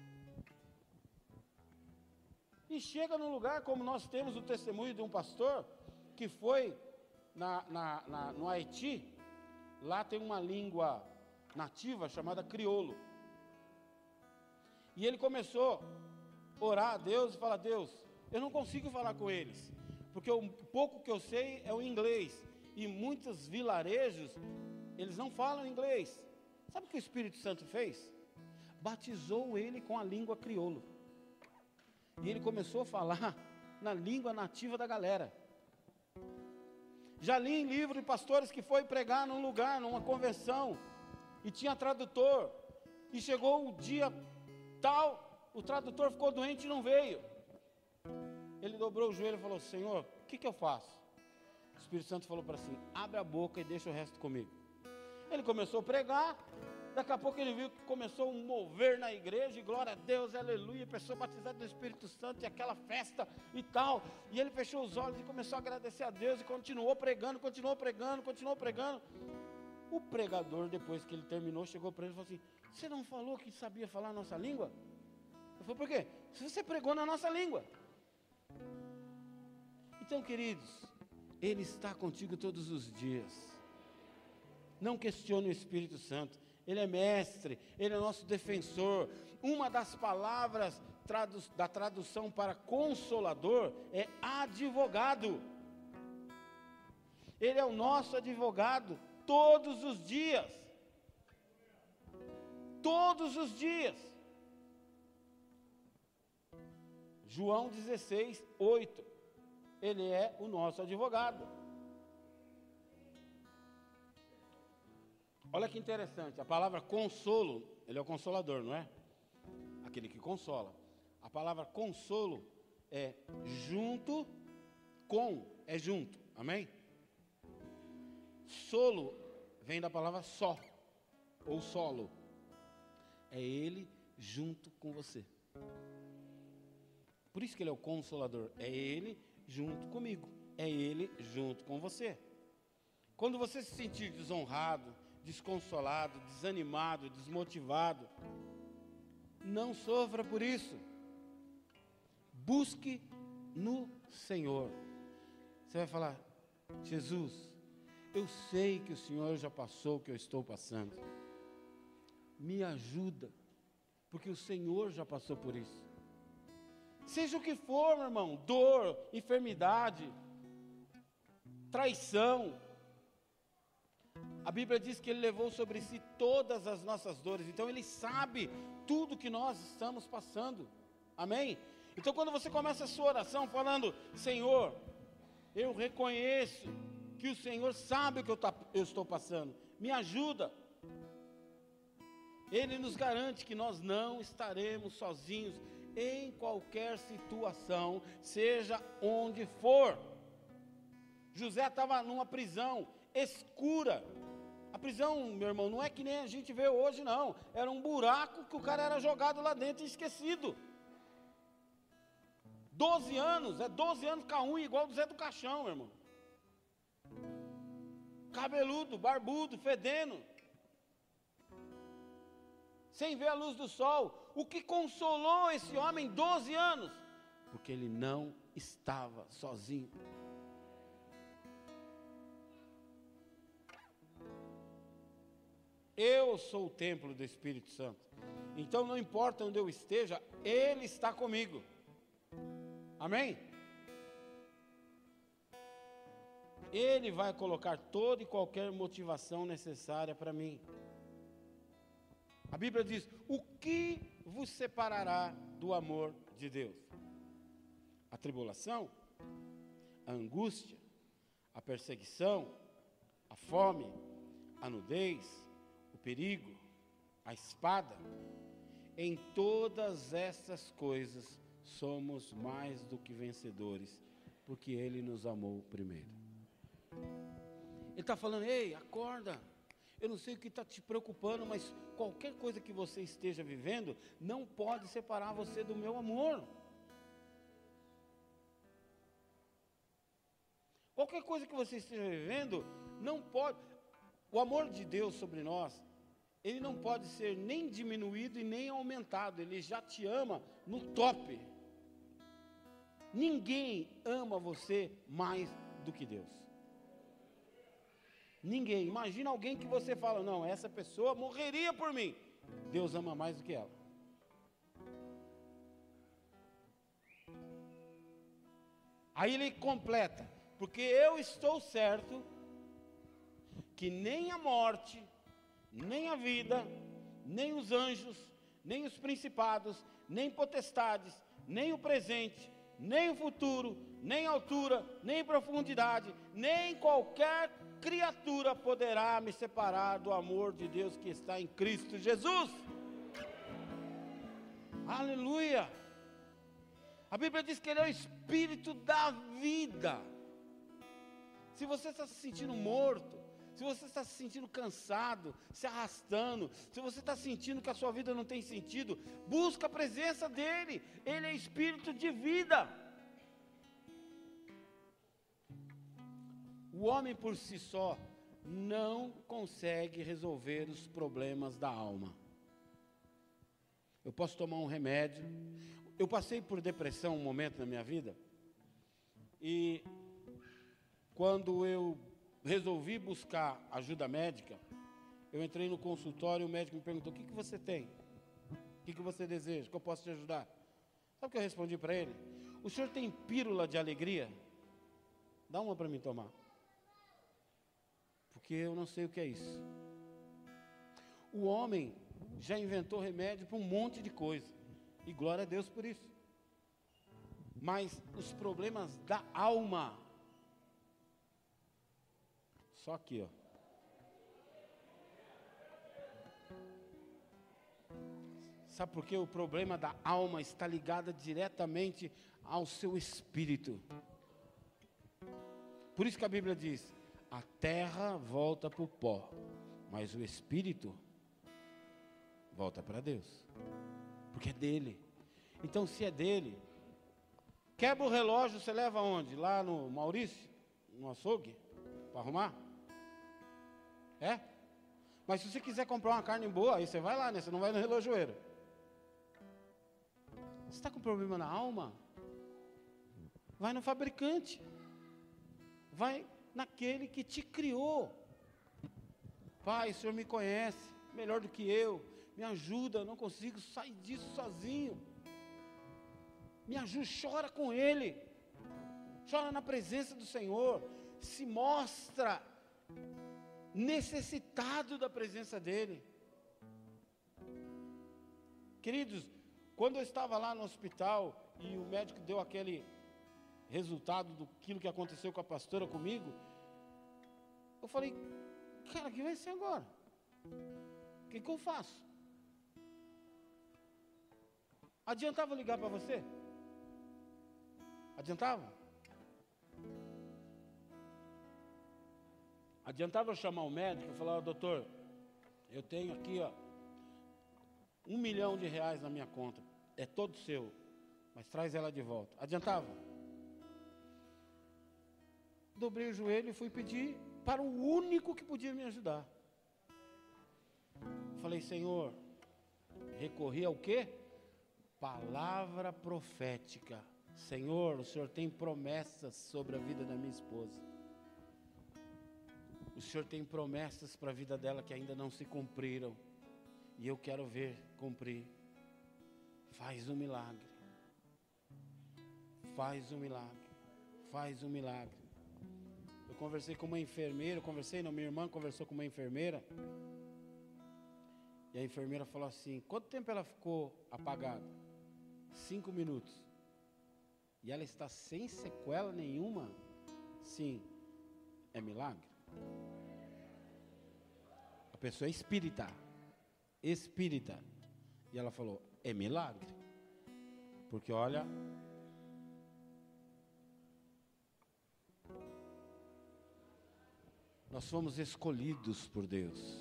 E chega num lugar como nós temos o testemunho de um pastor que foi na, na, na, no Haiti. Lá tem uma língua nativa chamada crioulo. E ele começou a orar a Deus e falar: Deus, eu não consigo falar com eles, porque o pouco que eu sei é o inglês. E muitos vilarejos, eles não falam inglês. Sabe o que o Espírito Santo fez? Batizou ele com a língua crioulo. E ele começou a falar na língua nativa da galera. Já li em livro de pastores que foi pregar num lugar, numa convenção, e tinha tradutor, e chegou o dia tal, o tradutor ficou doente e não veio. Ele dobrou o joelho e falou: Senhor, o que, que eu faço? O Espírito Santo falou para assim: abre a boca e deixa o resto comigo. Ele começou a pregar. Daqui a pouco ele viu que começou a mover na igreja, e glória a Deus, aleluia, pessoa batizada do Espírito Santo, e aquela festa e tal, e ele fechou os olhos e começou a agradecer a Deus, e continuou pregando, continuou pregando, continuou pregando. O pregador, depois que ele terminou, chegou para ele e falou assim: você não falou que sabia falar a nossa língua? Ele falou: por quê? Se você pregou na nossa língua. Então, queridos, Ele está contigo todos os dias. Não questione o Espírito Santo. Ele é mestre, Ele é nosso defensor. Uma das palavras tradu- da tradução para consolador é advogado. Ele é o nosso advogado todos os dias. Todos os dias. João dezesseis, oito. Ele é o nosso advogado. Olha que interessante, a palavra consolo, ele é o consolador, não é? Aquele que consola. A palavra consolo é junto com, é junto, amém? Solo vem da palavra só, ou solo. É ele junto com você. Por isso que ele é o consolador, é ele junto comigo, é ele junto com você. Quando você se sentir desonrado, desconsolado, desanimado, desmotivado, não sofra por isso. Busque no Senhor. Você vai falar: Jesus, eu sei que o Senhor já passou o que eu estou passando. Me ajuda, porque o Senhor já passou por isso. Seja o que for, meu irmão, dor, enfermidade, traição. A Bíblia diz que Ele levou sobre si todas as nossas dores. Então Ele sabe tudo que nós estamos passando. Amém? Então quando você começa a sua oração falando: Senhor, eu reconheço que o Senhor sabe o que eu, tá, eu estou passando. Me ajuda. Ele nos garante que nós não estaremos sozinhos em qualquer situação, seja onde for. José estava numa prisão escura. A prisão, meu irmão, não é que nem a gente vê hoje, não. Era um buraco que o cara era jogado lá dentro e esquecido. Doze anos, é doze anos com a unha igual do Zé do Caixão, meu irmão. Cabeludo, barbudo, fedendo. Sem ver a luz do sol. O que consolou esse homem doze anos? Porque ele não estava sozinho. Eu sou o templo do Espírito Santo. Então não importa onde eu esteja, Ele está comigo. Amém? Ele vai colocar toda e qualquer motivação necessária para mim. A Bíblia diz: o que vos separará do amor de Deus? A tribulação, a angústia, a perseguição, a fome, a nudez, o perigo, a espada. Em todas essas coisas somos mais do que vencedores, porque Ele nos amou primeiro. Ele está falando: ei, acorda. Eu não sei o que está te preocupando, mas qualquer coisa que você esteja vivendo não pode separar você do meu amor. Qualquer coisa que você esteja vivendo, não pode, o amor de Deus sobre nós, ele não pode ser nem diminuído e nem aumentado, ele já te ama no top. Ninguém ama você mais do que Deus. Ninguém. Imagina alguém que você fala, não, essa pessoa morreria por mim. Deus ama mais do que ela. Aí ele completa, porque eu estou certo que nem a morte, nem a vida, nem os anjos, nem os principados, nem potestades, nem o presente, nem o futuro, nem altura, nem profundidade, nem qualquer criatura poderá me separar do amor de Deus que está em Cristo Jesus. Aleluia! A Bíblia diz que Ele é o Espírito da vida. Se você está se sentindo morto, se você está se sentindo cansado, se arrastando, se você está sentindo que a sua vida não tem sentido, busca a presença dEle. Ele é Espírito de vida. O homem por si só não consegue resolver os problemas da alma. Eu posso tomar um remédio. Eu passei por depressão um momento na minha vida, e quando eu resolvi buscar ajuda médica, eu entrei no consultório e o médico me perguntou, o que, que você tem? O que, que você deseja? Que eu posso te ajudar? Sabe o que eu respondi para ele? O senhor tem pílula de alegria? Dá uma para mim tomar. Porque eu não sei o que é isso. O homem já inventou remédio para um monte de coisa. E glória a Deus por isso. Mas os problemas da alma, só aqui, ó. Sabe por quê? O problema da alma está ligado diretamente ao seu espírito. Por isso que a Bíblia diz, a terra volta para o pó, mas o espírito volta para Deus. Porque é dele. Então, se é dele, quebra o relógio, você leva aonde? Lá no Maurício? No açougue? Para arrumar? É? Mas se você quiser comprar uma carne boa, aí você vai lá, né? Você não vai no relojoeiro. Você está com problema na alma? Vai no fabricante. Vai naquele que te criou. Pai, o Senhor me conhece melhor do que eu. Me ajuda, eu não consigo sair disso sozinho. Me ajuda, chora com Ele. Chora na presença do Senhor. Se mostra necessitado da presença dEle. Queridos, quando eu estava lá no hospital e o médico deu aquele resultado daquilo que aconteceu com a pastora comigo, eu falei, cara, o que vai ser agora? O que, que eu faço? Adiantava ligar para você? Adiantava? Adiantava eu chamar o médico e falar, doutor, eu tenho aqui, ó, um milhão de reais na minha conta, é todo seu, mas traz ela de volta. Adiantava? Dobrei o joelho e fui pedir para o único que podia me ajudar. Falei, Senhor, recorri ao quê? Palavra profética. Senhor, o Senhor tem promessas sobre a vida da minha esposa. O Senhor tem promessas para a vida dela que ainda não se cumpriram. E eu quero ver cumprir. Faz um milagre. Faz um milagre. Faz um milagre. Eu conversei com uma enfermeira, conversei, não, minha irmã conversou com uma enfermeira. E a enfermeira falou assim, quanto tempo ela ficou apagada? Cinco minutos. E ela está sem sequela nenhuma? Sim. É milagre? A pessoa é espírita. Espírita. E ela falou, é milagre. Porque olha, nós fomos escolhidos por Deus.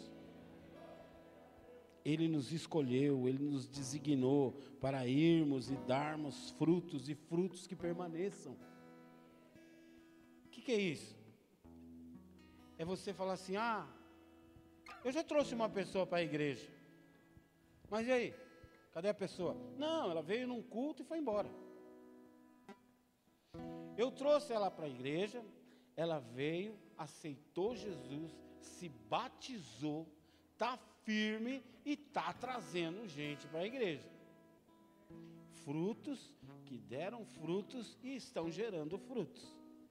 Ele nos escolheu, Ele nos designou para irmos e darmos frutos e frutos que permaneçam. O que, que é isso? É você falar assim, ah, eu já trouxe uma pessoa para a igreja. Mas e aí? Cadê a pessoa? Não, ela veio num culto e foi embora. Eu trouxe ela para a igreja, ela veio, aceitou Jesus, se batizou, está firme e está trazendo gente para a igreja. Frutos que deram frutos e estão gerando frutos.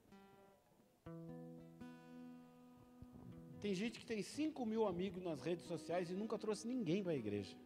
Tem gente que tem cinco mil amigos nas redes sociais e nunca trouxe ninguém para a igreja.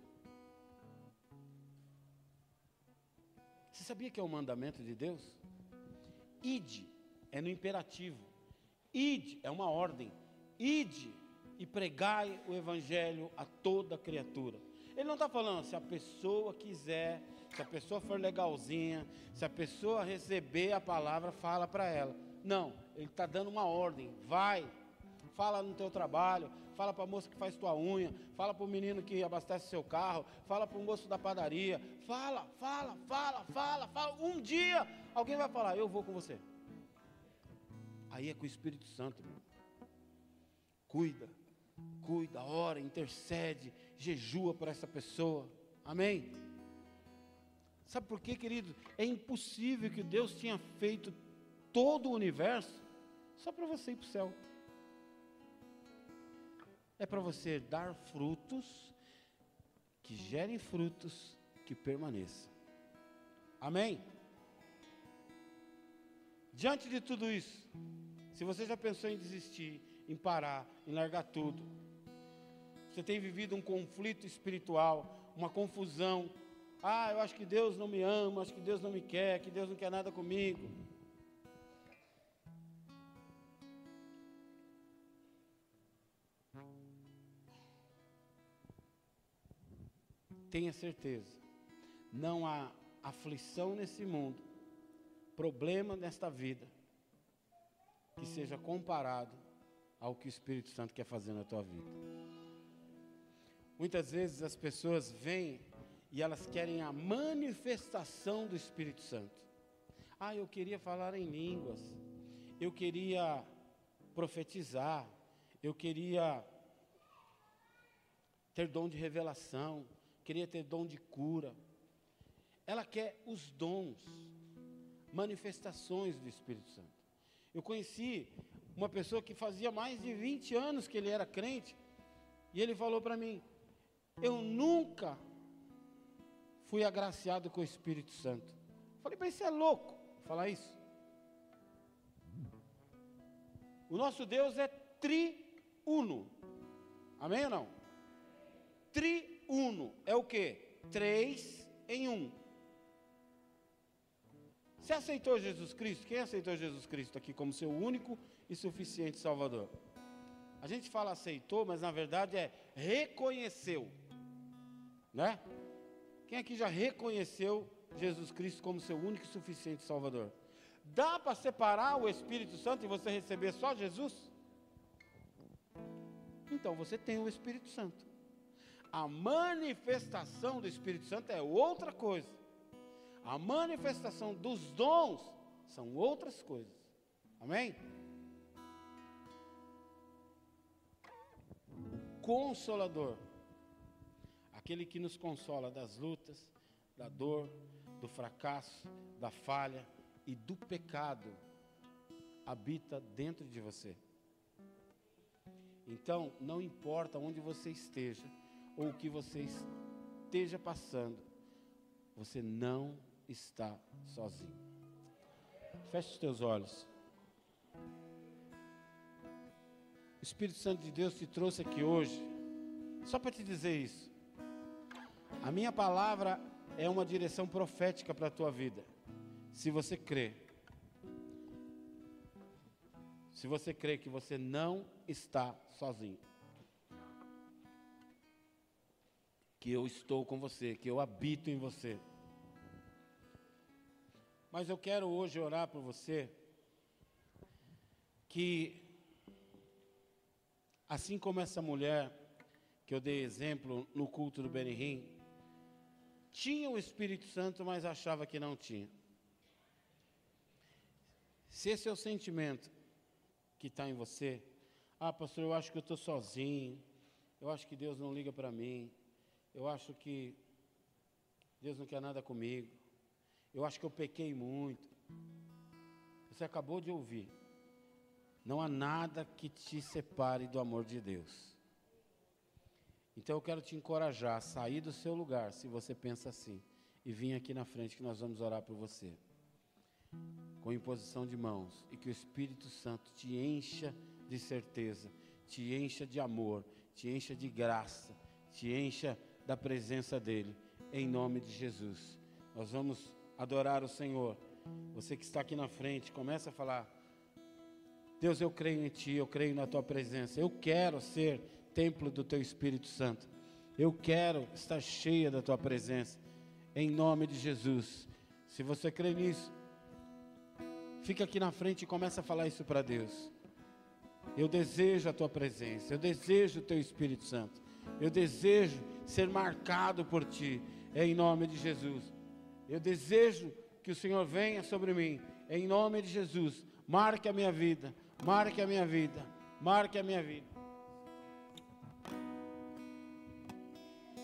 Você sabia que é um mandamento de Deus? Ide, é no imperativo. Ide, é uma ordem. Ide e pregai o evangelho a toda criatura. Ele não está falando, se a pessoa quiser, se a pessoa for legalzinha, se a pessoa receber a palavra, fala para ela. Não, ele está dando uma ordem. Vai, fala no teu trabalho, fala para a moça que faz tua unha, fala para o menino que abastece seu carro, fala para o moço da padaria, fala, fala, fala, fala, fala. Um dia alguém vai falar, eu vou com você. Aí é com o Espírito Santo, irmão. Cuida, cuida, ora, intercede, jejua por essa pessoa. Amém? Sabe por quê, querido? É impossível que Deus tenha feito todo o universo só para você ir para o céu. É para você dar frutos, que gerem frutos, que permaneçam. Amém? Diante de tudo isso, se você já pensou em desistir, em parar, em largar tudo, você tem vivido um conflito espiritual, uma confusão, ah, eu acho que Deus não me ama, acho que Deus não me quer, que Deus não quer nada comigo. Tenha certeza, não há aflição nesse mundo, problema nesta vida, que seja comparado ao que o Espírito Santo quer fazer na tua vida. Muitas vezes as pessoas vêm e elas querem a manifestação do Espírito Santo. Ah, eu queria falar em línguas, eu queria profetizar, eu queria ter dom de revelação, queria ter dom de cura. Ela quer os dons, manifestações do Espírito Santo. Eu conheci uma pessoa que fazia mais de vinte anos que ele era crente, e ele falou para mim, eu nunca fui agraciado com o Espírito Santo. Eu falei, mas você é louco falar isso? O nosso Deus é triuno. Amém ou não? Triuno é o quê? Três em um. Você aceitou Jesus Cristo? Quem aceitou Jesus Cristo aqui como seu único e suficiente Salvador? A gente fala aceitou, mas na verdade é reconheceu, né? Quem aqui já reconheceu Jesus Cristo como seu único e suficiente Salvador? Dá para separar o Espírito Santo e você receber só Jesus? Então você tem o Espírito Santo. A manifestação do Espírito Santo é outra coisa. A manifestação dos dons são outras coisas. Amém? Consolador. Aquele que nos consola das lutas, da dor, do fracasso, da falha e do pecado, habita dentro de você. Então, não importa onde você esteja, ou o que você esteja passando, você não está sozinho. Feche os teus olhos. O Espírito Santo de Deus te trouxe aqui hoje, só para te dizer isso. A minha palavra é uma direção profética para a tua vida. Se você crê, se você crê que você não está sozinho, que eu estou com você, que eu habito em você. Mas eu quero hoje orar por você, que assim como essa mulher que eu dei exemplo no culto do Benihim, tinha o Espírito Santo, mas achava que não tinha. Se esse é o sentimento, que está em você. Ah, pastor, eu acho que eu estou sozinho. Eu acho que Deus não liga para mim. Eu acho que Deus não quer nada comigo. Eu acho que eu pequei muito. Você acabou de ouvir. Não há nada que te separe do amor de Deus. Então eu quero te encorajar a sair do seu lugar, se você pensa assim, e vir aqui na frente que nós vamos orar por você. Com imposição de mãos, e que o Espírito Santo te encha de certeza, te encha de amor, te encha de graça, te encha da presença dEle, em nome de Jesus. Nós vamos adorar o Senhor. Você que está aqui na frente, começa a falar: Deus, eu creio em Ti, eu creio na Tua presença, eu quero ser templo do Teu Espírito Santo, eu quero estar cheia da Tua presença, em nome de Jesus. Se você crê nisso, fica aqui na frente e começa a falar isso para Deus. Eu desejo a Tua presença, eu desejo o Teu Espírito Santo, eu desejo ser marcado por Ti, em nome de Jesus. Eu desejo que o Senhor venha sobre mim, em nome de Jesus. Marque a minha vida, marque a minha vida, marque a minha vida.